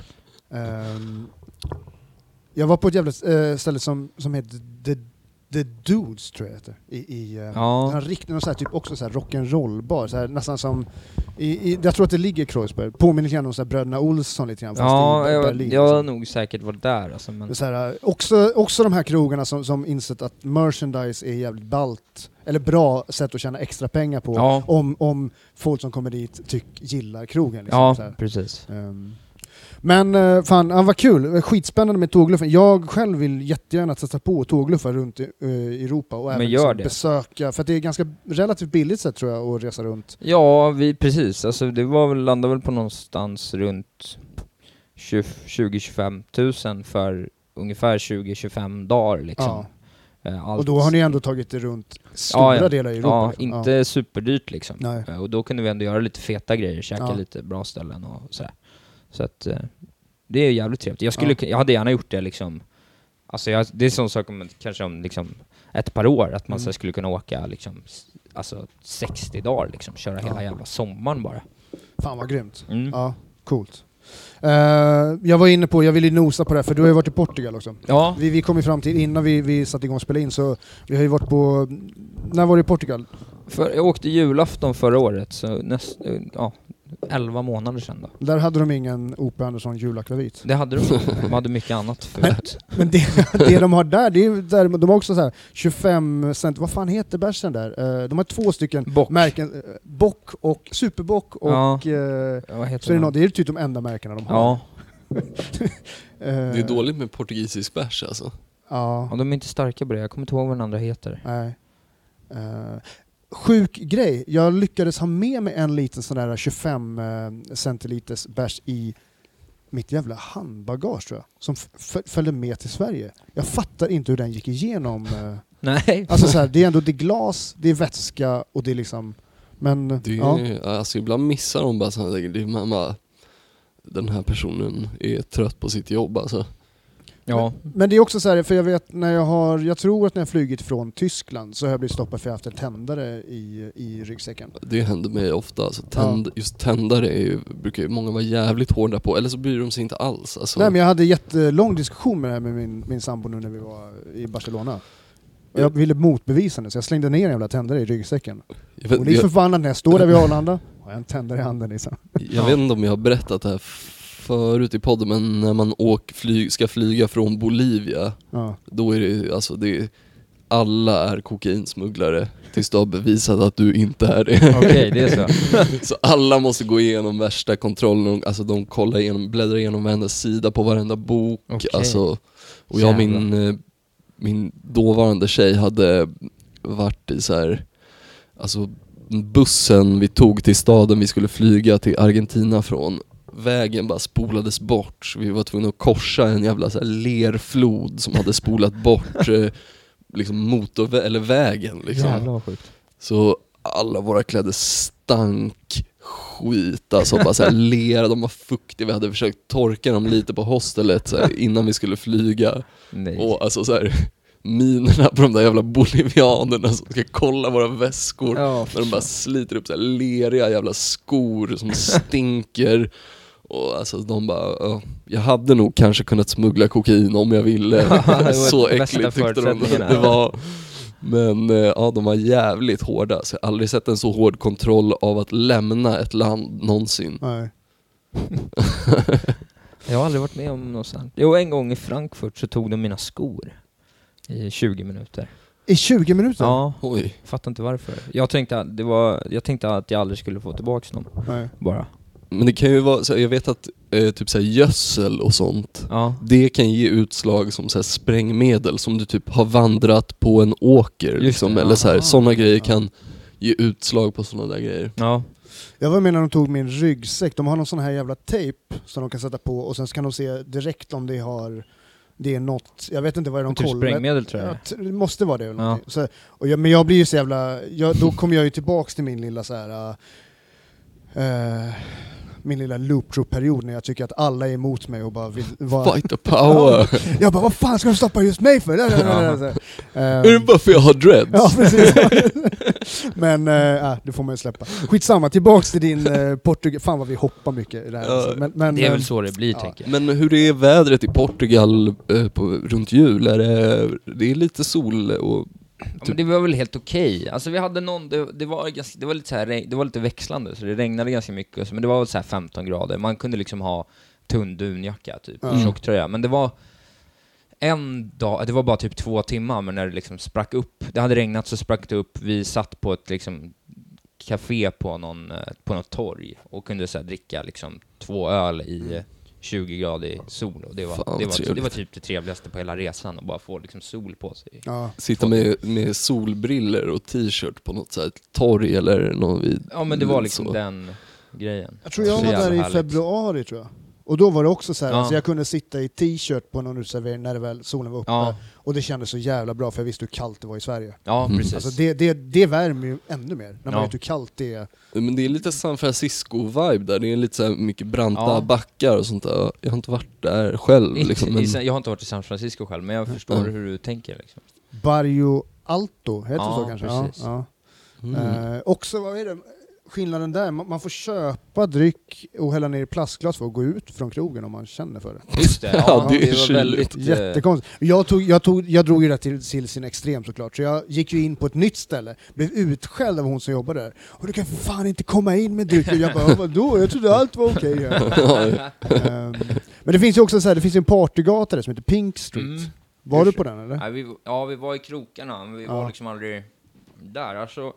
S1: Jag var på ett jävla ställe som heter The Dudes, tror jag heter. Den riktigt någon så här, typ också så här rock'n'roll-bar, så här, nästan som jag tror att det ligger i Kreuzberg. Påminner lite grann om så här Bröderna Olsson lite grann, fast i Berlin.
S3: Jag har nog säkert varit där alltså, men
S1: så här, också de här krogarna som insett att merchandise är jävligt ballt, eller bra sätt att tjäna extra pengar på, om folk som kommer dit gillar krogen liksom,
S3: ja,
S1: så här.
S3: Precis.
S1: Men fan, vad kul. Skitspännande med tågluffen. Jag själv vill jättegärna sätta på tågluffar runt i Europa och även liksom besöka, för att det är ganska relativt billigt sätt, tror jag, att resa runt.
S3: Ja, precis. Alltså det landade väl på någonstans runt 20-25 000 för ungefär 20-25 dagar liksom.
S1: Ja. Och då har ni ändå tagit det runt stora delar i Europa.
S3: Ja, inte superdyrt liksom.
S1: Nej.
S3: Och då kunde vi ändå göra lite feta grejer, käka lite bra ställen och sådär. Så att det är jävligt trevligt. Jag hade gärna gjort det liksom. Alltså det är sån sak kanske om liksom ett par år att man så skulle kunna åka liksom, alltså 60 dagar liksom, köra hela jävla sommaren bara.
S1: Fan vad grymt. Ja, coolt. Jag var inne på, jag ville nosa på det här, för du har ju varit i Portugal också.
S3: Ja.
S1: Vi kom ju fram till, innan vi satte igång och spela in, så vi har ju varit på, när var du i Portugal?
S3: Jag åkte julafton förra året, så 11 månader sedan då.
S1: Där hade de ingen O.P. Andersson julakvavit.
S3: Det hade de hade mycket annat förut.
S1: Men det de har där, det är där, de har också så här 25 cent, vad fan heter bärsen där? De har 2 stycken märken, Bock och Superbock och så är det är typ de enda märkena de har.
S2: Ja. Det är dåligt med portugisisk bärs alltså.
S1: Ja.
S3: Och de är inte starka på det. Jag kommer inte ihåg vad den andra heter.
S1: Nej. Sjuk grej. Jag lyckades ha med mig en liten sån där 25 centiliters bärs i mitt jävla handbagage, tror jag, som följde med till Sverige. Jag fattar inte hur den gick igenom.
S3: Nej.
S1: Alltså så här, det är ändå glas, det är vätska och det är liksom, men
S2: det är, alltså ibland missar de bara såna där, det är mamma, den här personen är trött på sitt jobb alltså.
S3: Ja.
S1: Men det är också så här, för jag vet jag tror att när jag flugit från Tyskland så har jag blivit stoppad för att jag haft en tändare i ryggsäcken.
S2: Det händer mig ofta, alltså just tändare brukar ju många vara jävligt hårda på, eller så bryr de sig inte alls alltså.
S1: Nej, men jag hade jättelång diskussion med det här med min sambo nu när vi var i Barcelona. Och jag ville motbevisa det, så jag slängde ner en jävla tändare i ryggsäcken. Och det är förbannat när jag står där vid Arlanda och jag en tändare i handen liksom.
S2: Jag vet inte om jag har berättat det här förut i podden, men när man ska flyga från Bolivia, då är det alltså alla är kokainsmugglare tills du har bevisat att du inte är det.
S3: Okej, det är så.
S2: Så alla måste gå igenom värsta kontrollen, alltså de bläddrar igenom varenda sida på varenda bok.
S3: Okay.
S2: Alltså, och jag min dåvarande tjej hade varit i så här, alltså bussen vi tog till staden vi skulle flyga till Argentina från, vägen bara spolades bort, så vi var tvungna att korsa en jävla så här lerflod som hade spolat bort liksom vägen liksom.
S3: Jävla sjukt.
S2: Så alla våra kläder stank skit, alltså bara så här lera, de var fuktiga, vi hade försökt torka dem lite på hostelet så här, innan vi skulle flyga.
S3: Nej.
S2: Och alltså så här, minerna på de där jävla bolivianerna som ska kolla våra väskor, när de bara sliter upp så här leriga jävla skor som stinker. Och alltså de bara, jag hade nog kanske kunnat smuggla kokain om jag ville. Så äckligt tyckte de det var. Men de var jävligt hårda, så jag har aldrig sett en så hård kontroll av att lämna ett land någonsin.
S1: Nej.
S3: Jag har aldrig varit med om något sånt. Jo, en gång i Frankfurt så tog de mina skor i 20 minuter.
S1: I 20 minuter?
S3: Ja,
S2: Oj.
S3: fattar inte varför. Jag tänkte att jag aldrig skulle få tillbaka dem.
S1: Nej.
S3: Bara.
S2: Men det kan ju vara, så jag vet att typ så här gödsel och sånt,
S3: Ja.
S2: det kan ge utslag som så här sprängmedel som du typ har vandrat på en åker liksom,
S3: det,
S2: eller så här,
S1: ja.
S2: sådana grejer kan ge utslag på sådana där grejer.
S3: Ja.
S1: Jag var med när de tog min ryggsäck. De har någon sån här jävla tejp som de kan sätta på och sen så kan de se direkt om det är något, jag vet inte vad de
S3: Typ
S1: kollar.
S3: sprängmedel tror jag.
S1: Ja, det måste vara det eller
S3: Ja.
S1: någonting. Så, men jag blir ju så jävla, då kommer jag ju tillbaks till min lilla så här min lilla loop-period när jag tycker att alla är emot mig och bara vill vara...
S2: Fight the power!
S1: Jag bara, vad fan ska de stoppa just mig för?
S2: Är det bara för jag har dreads?
S1: Ja, precis. Men det får man ju släppa. Skitsamma, tillbaks till din Portugal. Fan vad vi hoppar mycket i det här.
S2: Ja.
S1: Men,
S3: Det är väl så det blir,
S1: ja.
S3: tänker jag.
S2: Men hur är vädret i Portugal runt jul? Det är lite sol och...
S3: Ja, men det var väl helt okej. Alltså vi hade det var lite så här, det var lite växlande så det regnade ganska mycket, men det var väl så här 15 grader. Man kunde liksom ha tunn dunjacka typ, tjocktröja, men det var en dag, det var bara typ 2 timmar, men när det liksom sprack upp. Det hade regnat så sprack det upp. Vi satt på ett liksom café på något torg och kunde så här dricka liksom 2 öl i 20 grader sol, och det var typ det trevligaste på hela resan, att bara få liksom sol på sig.
S1: Ja.
S2: Sitta med solbriller och t-shirt på något så här torg eller något vid...
S3: Ja, men det var liksom den grejen.
S1: Jag tror jag
S3: Så
S1: var
S3: jävla
S1: där i
S3: härligt.
S1: februari tror jag. Och då var det också så här,
S3: Ja.
S1: alltså jag kunde sitta i t-shirt på någon uteservering när solen var uppe.
S3: Ja.
S1: Och det kändes så jävla bra för jag visste hur kallt det var i Sverige.
S3: Ja, precis.
S1: Alltså det värmer ju ännu mer när man vet hur kallt det är.
S2: Men det är lite San Francisco-vibe där, det är lite så här mycket branta
S3: Ja.
S2: backar och sånt där. Jag har inte varit där själv liksom, men...
S3: Jag har inte varit i San Francisco själv, men jag förstår hur du tänker liksom.
S1: Barrio Alto, heter det
S3: Ja,
S1: så kanske?
S3: precis.
S1: Ja. Också, vad är det? Skillnaden där, man får köpa dryck och hälla ner i plastglas för att gå ut från krogen om man känner för det.
S3: Just det,
S2: Ja, det är
S3: var
S2: kyligt.
S3: väldigt...
S1: Jättekonstigt. Jag drog ju det till sin extrem såklart, så jag gick ju in på ett nytt ställe, blev utskälld av hon som jobbar där. Och du kan för fan inte komma in med dryck. Och jag bara, vadå? Jag trodde allt var okej. Men det finns ju också så här, det finns en partygata där som heter Pink Street. Var du på den eller?
S3: Nej, vi var i krokarna, men vi var liksom aldrig där. Alltså,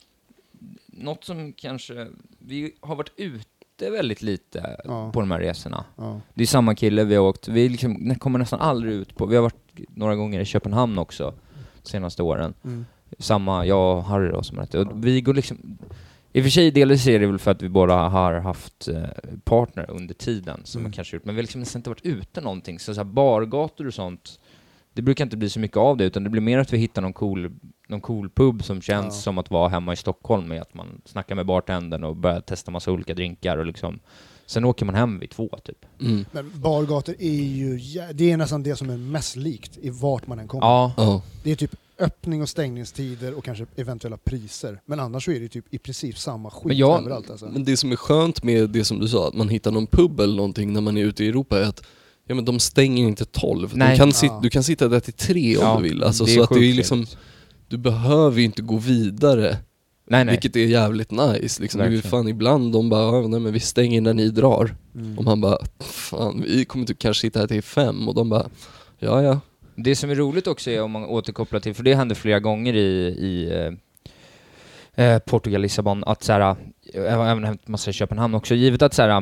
S3: något som kanske... Vi har varit ute väldigt lite på de här resorna.
S1: Ja.
S3: Det är samma kille vi har åkt. Vi liksom kommer nästan aldrig ut på... Vi har varit några gånger i Köpenhamn också de senaste åren. Samma, jag och Harry då, som heter. Och vi går liksom... I och för sig delvis är det väl för att vi båda har haft partner under tiden som man kanske gjort. Men vi har liksom nästan inte varit ute någonting. Så här bargator och sånt, det brukar inte bli så mycket av det, utan det blir mer att vi hittar någon cool pub som känns som att vara hemma i Stockholm, med att man snackar med bartendern och börjar testa massa olika drinkar och liksom. Sen åker man hem vid 2 typ.
S1: Men bargator är ju, det är nästan det som är mest likt i vart man än kommer.
S3: Ja.
S1: Det är typ öppning- och stängningstider och kanske eventuella priser. Men annars så är det typ i princip samma skit överallt. Alltså.
S2: Men det som är skönt med det som du sa, att man hittar någon pub eller någonting när man är ute i Europa, är att men de stänger inte 12. Du kan sitta där till 3 om du vill. Alltså, så att det är liksom, du behöver ju inte gå vidare. Nej. Vilket är jävligt nice. Liksom. Det är fan ibland de bara, nej men vi stänger när ni drar. Och man bara, fan vi kommer typ kanske sitta här till 5. Och de bara, ja.
S3: Det som är roligt också är, om man återkopplar till, för det hände flera gånger i Portugal, Lissabon, att så här, jag har även hämtat massa i Köpenhamn också, givet att så här,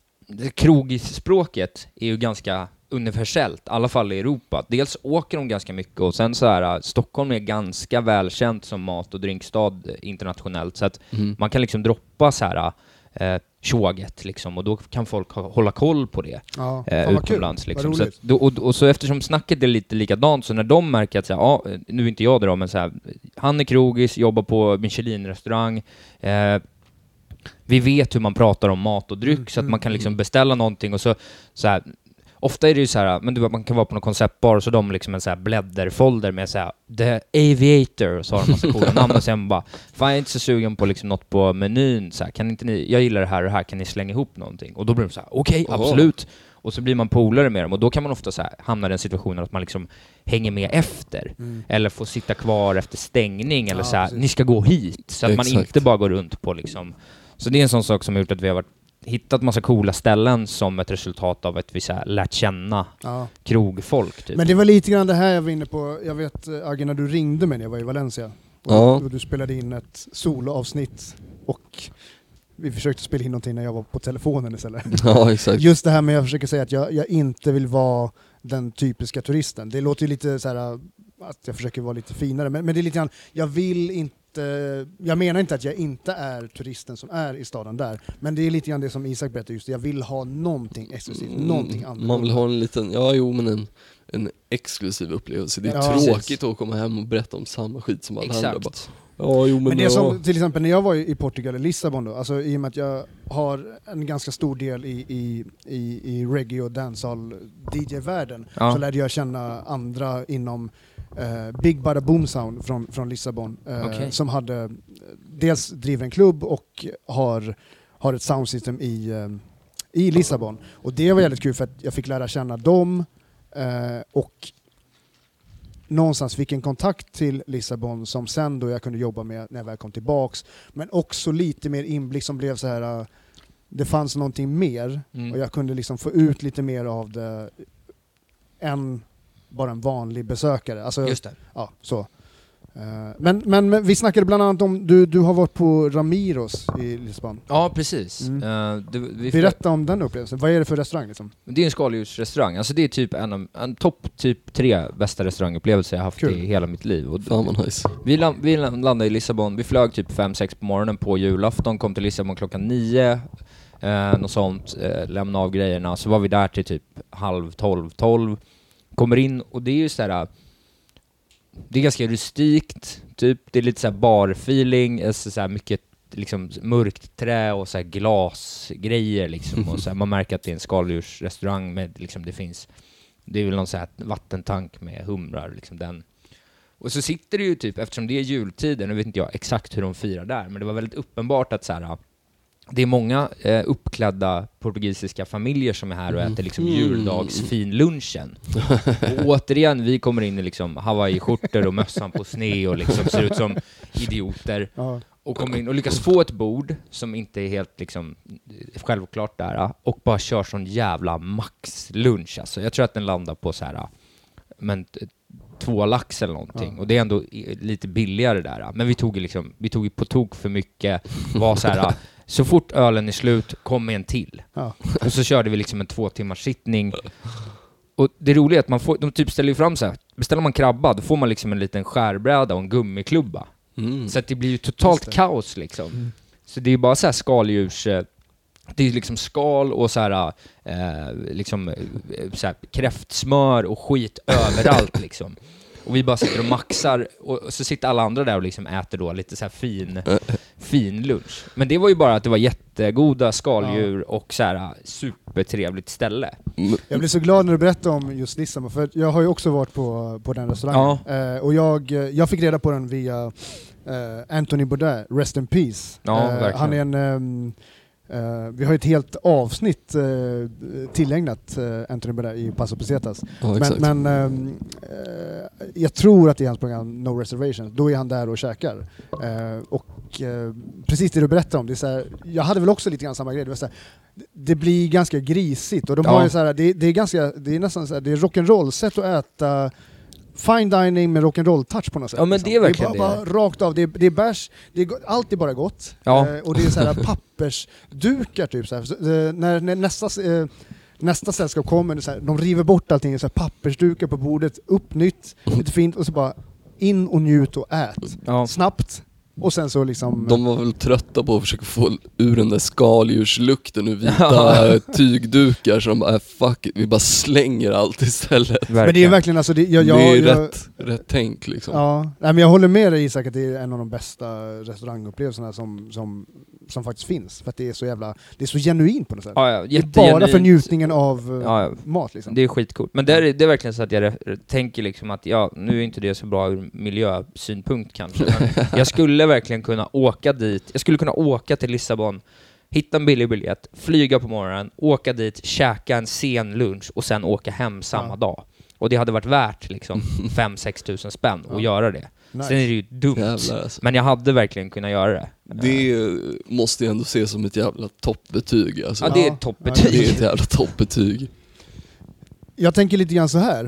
S3: krogspråket är ju ganska universellt, i alla fall i Europa. Dels åker de ganska mycket, och sen så här, Stockholm är ganska välkänt som mat- och drinkstad internationellt, så att man kan liksom droppa så här tjoget liksom, och då kan folk hålla koll på det utomlands liksom. Så att, och så eftersom snacket är lite likadant, så när de märker att så här, nu är inte jag det då, men så här, han är krogis, jobbar på Michelin-restaurang, vi vet hur man pratar om mat och dryck, så att man kan liksom beställa någonting, och så här, ofta är det ju så här, men man kan vara på någon konceptbar, och så de liksom en så här blädderfolder med så här The Aviator, och så har de massa coola namn, och sen bara, fan jag är inte så sugen på liksom något på menyn, så här, kan inte ni, jag gillar det här och det här, kan ni slänga ihop någonting? Och då blir de så här, okej, absolut. Och så blir man polare med dem, och då kan man ofta så här hamna i den situationen att man liksom hänger med efter, eller får sitta kvar efter stängning, eller så här, ni ska gå hit, så att man inte bara går runt på liksom. Så det är en sån sak som har gjort att vi har varit hittat massa coola ställen som ett resultat av att vi så här lärt känna krogfolk. Typ.
S1: Men det var lite grann det här jag var inne på. Jag vet, Agge, när du ringde mig när jag var i Valencia. Och du spelade in ett soloavsnitt. Och vi försökte spela in någonting när jag var på telefonen istället.
S2: Ja, exakt.
S1: Just det här med jag försöker säga att jag inte vill vara den typiska turisten. Det låter ju lite så här att jag försöker vara lite finare. Men det är lite grann, jag menar inte att jag inte är turisten som är i staden där. Men det är lite grann det som Isak berättade just. Jag vill ha någonting exklusivt, någonting annat.
S2: Man vill ha en liten, en exklusiv upplevelse. Det är tråkigt att komma hem och berätta om samma skit som alla andra.
S1: Men det är som till exempel när jag var i Portugal, i Lissabon då, alltså i och med att jag har en ganska stor del i reggae och dancehall DJ-världen, så lärde jag känna andra inom Big Bada Boom Sound från Lissabon, som hade dels driver en klubb och har ett soundsystem i Lissabon. Och det var väldigt kul för att jag fick lära känna dem och någonstans fick en kontakt till Lissabon som sen då jag kunde jobba med när jag väl kom tillbaks. Men också lite mer inblick som blev så här, det fanns någonting mer och jag kunde liksom få ut lite mer av det än bara en vanlig besökare. Alltså,
S3: just det.
S1: Ja, så. Men vi snackade bland annat om, du har varit på Ramiros i Lissabon.
S3: Ja, precis.
S1: Berätta om den upplevelsen. Vad är det för restaurang liksom?
S3: Det är en skaldjursrestaurang. Alltså det är typ en topp typ 3 bästa restaurangupplevelser jag haft i hela mitt liv. Och
S2: fan vad nice.
S3: Vi landade i Lissabon. Vi flög typ 5-6 på morgonen på julafton. Kom till Lissabon klockan 9. Något sånt. Lämna av grejerna. Så var vi där till typ 11:30-12. Kommer in och det är ju så här. Det är ganska rustikt, typ. Det är lite så här bar-feeling, så här mycket liksom mörkt trä och så här glasgrejer liksom. Och så här, man märker att det är en skaldjursrestaurang med liksom, det är väl någon så här vattentank med humrar liksom den. Och så sitter det ju typ, eftersom det är jultiden, nu vet inte jag exakt hur de firar där, men det var väldigt uppenbart att så här, det är många uppklädda portugisiska familjer som är här och äter liksom juldagsfinlunchen. Och återigen, vi kommer in i liksom Hawaii-skjortor och mössan på sne och liksom ser ut som idioter. Och kommer in och lyckas få ett bord som inte är helt liksom självklart där och bara kör sån jävla maxlunch. Alltså, jag tror att den landar på så här, men 2 lax eller någonting. Och det är ändå lite billigare där. Men vi tog på tok för mycket. Var så här, så fort ölen är slut, kom med en till. Och så körde vi liksom en 2 timmars sittning. Och det roliga är att de typ ställer ju fram så här. Beställer man krabba, då får man liksom en liten skärbräda och en gummiklubba. Så att det blir ju totalt kaos liksom. Så det är bara så här skaldjurs... Det är liksom skal och så här, liksom, så här kräftsmör och skit överallt liksom. Och vi bara sitter och maxar och så sitter alla andra där och liksom äter då lite så här fin lunch. Men det var ju bara att det var jättegoda skaldjur och så här supertrevligt ställe.
S1: Jag blev så glad när du berättade om just Lissabon, för jag har ju också varit på den restaurangen. Och jag fick reda på den via Anthony Bourdain, Rest in Peace. Han är en... vi har ett helt avsnitt tillägnat Anthony Bourdain i Paso Pesetas. Men jag tror att det är hans program No Reservations. Då är han där och käkar. Precis det du berättar om, det är så här, jag hade väl också lite grann samma grej. Det var så här, det blir ganska grisigt och de har ju så här, det är nästan så här, det är rock'n'roll sätt att äta. Fine dining med rock'n'roll touch på något sätt.
S3: Ja, men
S1: liksom.
S3: Det är verkligen
S1: bara rakt av. Det är bärs, allt är bara gott. Och det är så här pappersdukar typ så här. Så, när nästa sällskap kommer, så här, de river bort allting, så här, pappersdukar på bordet, upp nytt, lite fint och så bara in och njut och ät. Snabbt. Och sen så liksom...
S2: De var väl trötta på att försöka få ur den där skaldjurslukten ur vita tygdukar som bara, fuck it, vi bara slänger allt istället.
S1: Verkligen. Men det är verkligen alltså... Det
S2: är rätt tänk liksom.
S1: Ja, men jag håller med dig Isak att det är en av de bästa restaurangupplevelserna som faktiskt finns. För att det är så jävla... Det är så genuint på något sätt. Det är bara för njutningen av mat liksom.
S3: Det är skitcoolt. Men det är verkligen så att jag tänker liksom att nu är inte det så bra ur miljösynpunkt kanske. Men jag skulle verkligen kunna åka dit. Jag skulle kunna åka till Lissabon, hitta en billig biljett, flyga på morgonen, åka dit, käka en sen lunch och sen åka hem samma dag. Och det hade varit värt liksom 5-6 tusen spänn att göra det.
S1: Nice.
S3: Sen är det ju dumt.
S2: Jävlar, alltså.
S3: Men jag hade verkligen kunnat göra det.
S2: Det måste jag ändå se som ett jävla toppbetyg alltså.
S3: Ja, det är ett toppbetyg.
S2: Det är ett jävla toppbetyg.
S1: Jag tänker lite grann så här.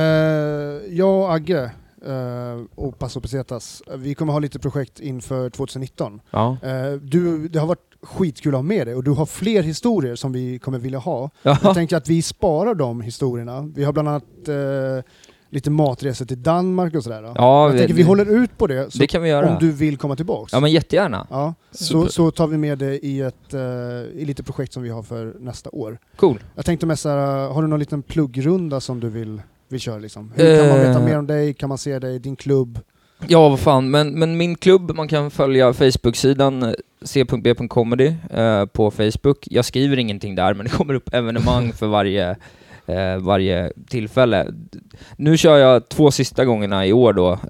S1: Jag och Agge och Passo Pesetas, vi kommer ha lite projekt inför 2019.
S3: Ja.
S1: Det har varit skitkul att ha med dig och du har fler historier som vi kommer vilja ha.
S3: Ja.
S1: Jag tänker att vi sparar de historierna. Vi har bland annat lite matresor till Danmark och sådär.
S3: Ja,
S1: jag tänker vi håller ut på det, så
S3: det kan vi göra.
S1: om du vill komma tillbaks.
S3: Ja, men jättegärna.
S1: Ja, så tar vi med det i lite projekt som vi har för nästa år.
S3: Cool.
S1: Jag tänkte med så här, har du någon liten pluggrunda som du vill köra liksom? Hur kan man veta mer om dig? Kan man se dig, din klubb?
S3: Ja, vad fan. Men min klubb, man kan följa Facebook-sidan c.b.comedy på Facebook. Jag skriver ingenting där, men det kommer upp evenemang för varje tillfälle. Nu kör jag 2 sista gångerna i år då.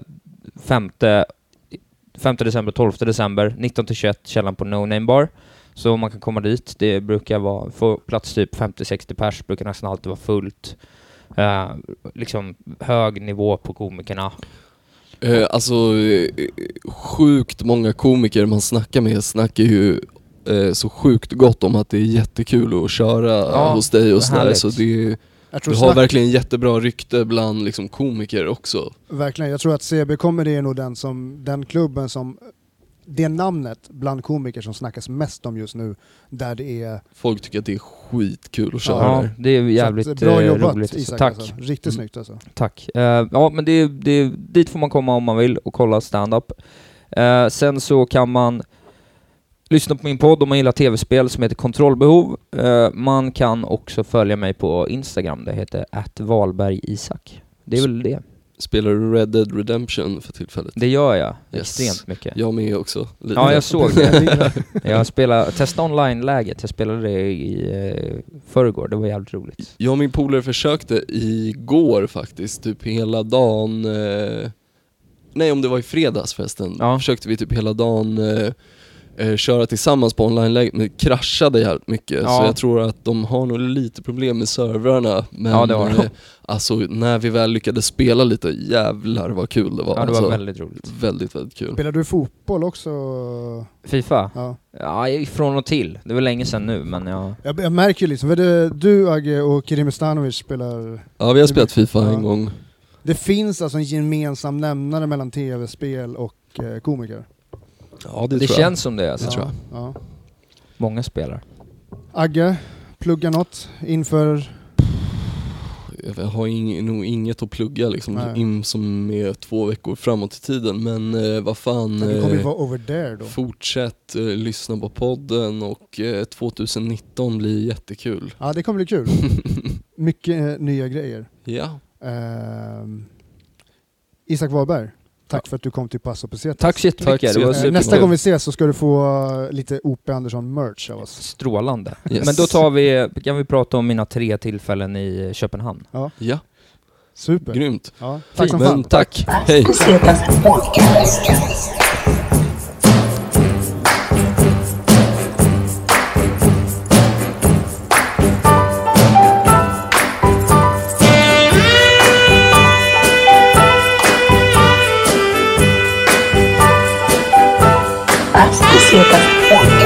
S3: 5 december, 12 december, 19-21, källan på No Name Bar. Så man kan komma dit. Det brukar få plats typ 50-60 pers, brukar nästan alltid vara fullt. Liksom hög nivå på komikerna.
S2: Alltså sjukt många komiker man snackar med snackar ju så sjukt gott om att det är jättekul att köra hos dig och sådär. Så du har verkligen jättebra rykte bland liksom komiker också.
S1: Verkligen, jag tror att CB Comedy är nog den klubben som det namnet bland komiker som snackas mest om just nu, där det är...
S2: Folk tycker att det är skitkul att köra.
S3: Ja, det är jävligt
S1: bra jobbat,
S3: roligt.
S1: Isak,
S3: Tack.
S1: alltså. Riktigt snyggt alltså.
S3: Tack. Ja, men dit får man komma om man vill och kolla stand-up. Sen så kan man lyssna på min podd om man gillar tv-spel som heter Kontrollbehov. Man kan också följa mig på Instagram, det heter @valbergisak. Det är väl det.
S2: Spelar du Red Dead Redemption för tillfället?
S3: Det gör jag.
S2: Yes.
S3: Extremt mycket.
S2: Jag med också. Lite.
S3: Ja, jag såg det. Jag testade online-läget. Jag spelade det i förrgår. Det var jävligt roligt.
S2: Jag och min polare försökte igår faktiskt, typ hela dagen. Nej, om det var i fredags förresten.
S3: Ja.
S2: Försökte vi typ hela dagen köra tillsammans på online-läget, men det kraschade jävligt mycket.
S3: Ja.
S2: Så jag tror att de har nog lite problem med servrarna. Men
S3: Ja, det har de.
S2: alltså när vi väl lyckades spela lite, jävlar vad kul det var.
S3: Ja, det var
S2: alltså,
S3: väldigt roligt.
S2: väldigt, väldigt kul.
S1: Spelar du fotboll också?
S3: FIFA?
S1: Ja.
S3: Ja, från och till. Det var länge sedan nu, men
S1: Jag märker ju liksom, du Agge och Kerim Stanovic spelar...
S2: Ja, vi har spelat FIFA
S1: Ja.
S2: en gång.
S1: Det finns alltså en gemensam nämnare mellan tv-spel och komiker.
S2: Ja,
S3: det
S2: tror
S3: känns som det. Alltså.
S2: Det tror jag.
S1: Ja.
S3: Många spelar.
S1: Agge, plugga något inför...
S2: Jag har nog inget att plugga liksom, som är 2 veckor framåt i tiden. Men vad fan,
S1: Du kommer ju vara over there då.
S2: fortsätt lyssna på podden och 2019 blir jättekul.
S1: Ja, det kommer bli kul. Mycket nya grejer.
S2: Ja.
S1: Isak Wahlberg, tack för att du kom till Passo Pesetas.
S3: Tack så jättemycket.
S2: Tack så
S3: Det var
S2: jättemycket.
S1: Nästa gång vi ses så ska du få lite O.P. Andersson-merch av oss.
S3: Strålande.
S2: Yes.
S3: Men då kan vi prata om mina 3 tillfällen i Köpenhamn.
S2: Ja,
S1: Super.
S2: grymt.
S1: Ja, tack som
S2: Men
S1: fan.
S2: tack. Hej.
S5: Pesetas Podcast.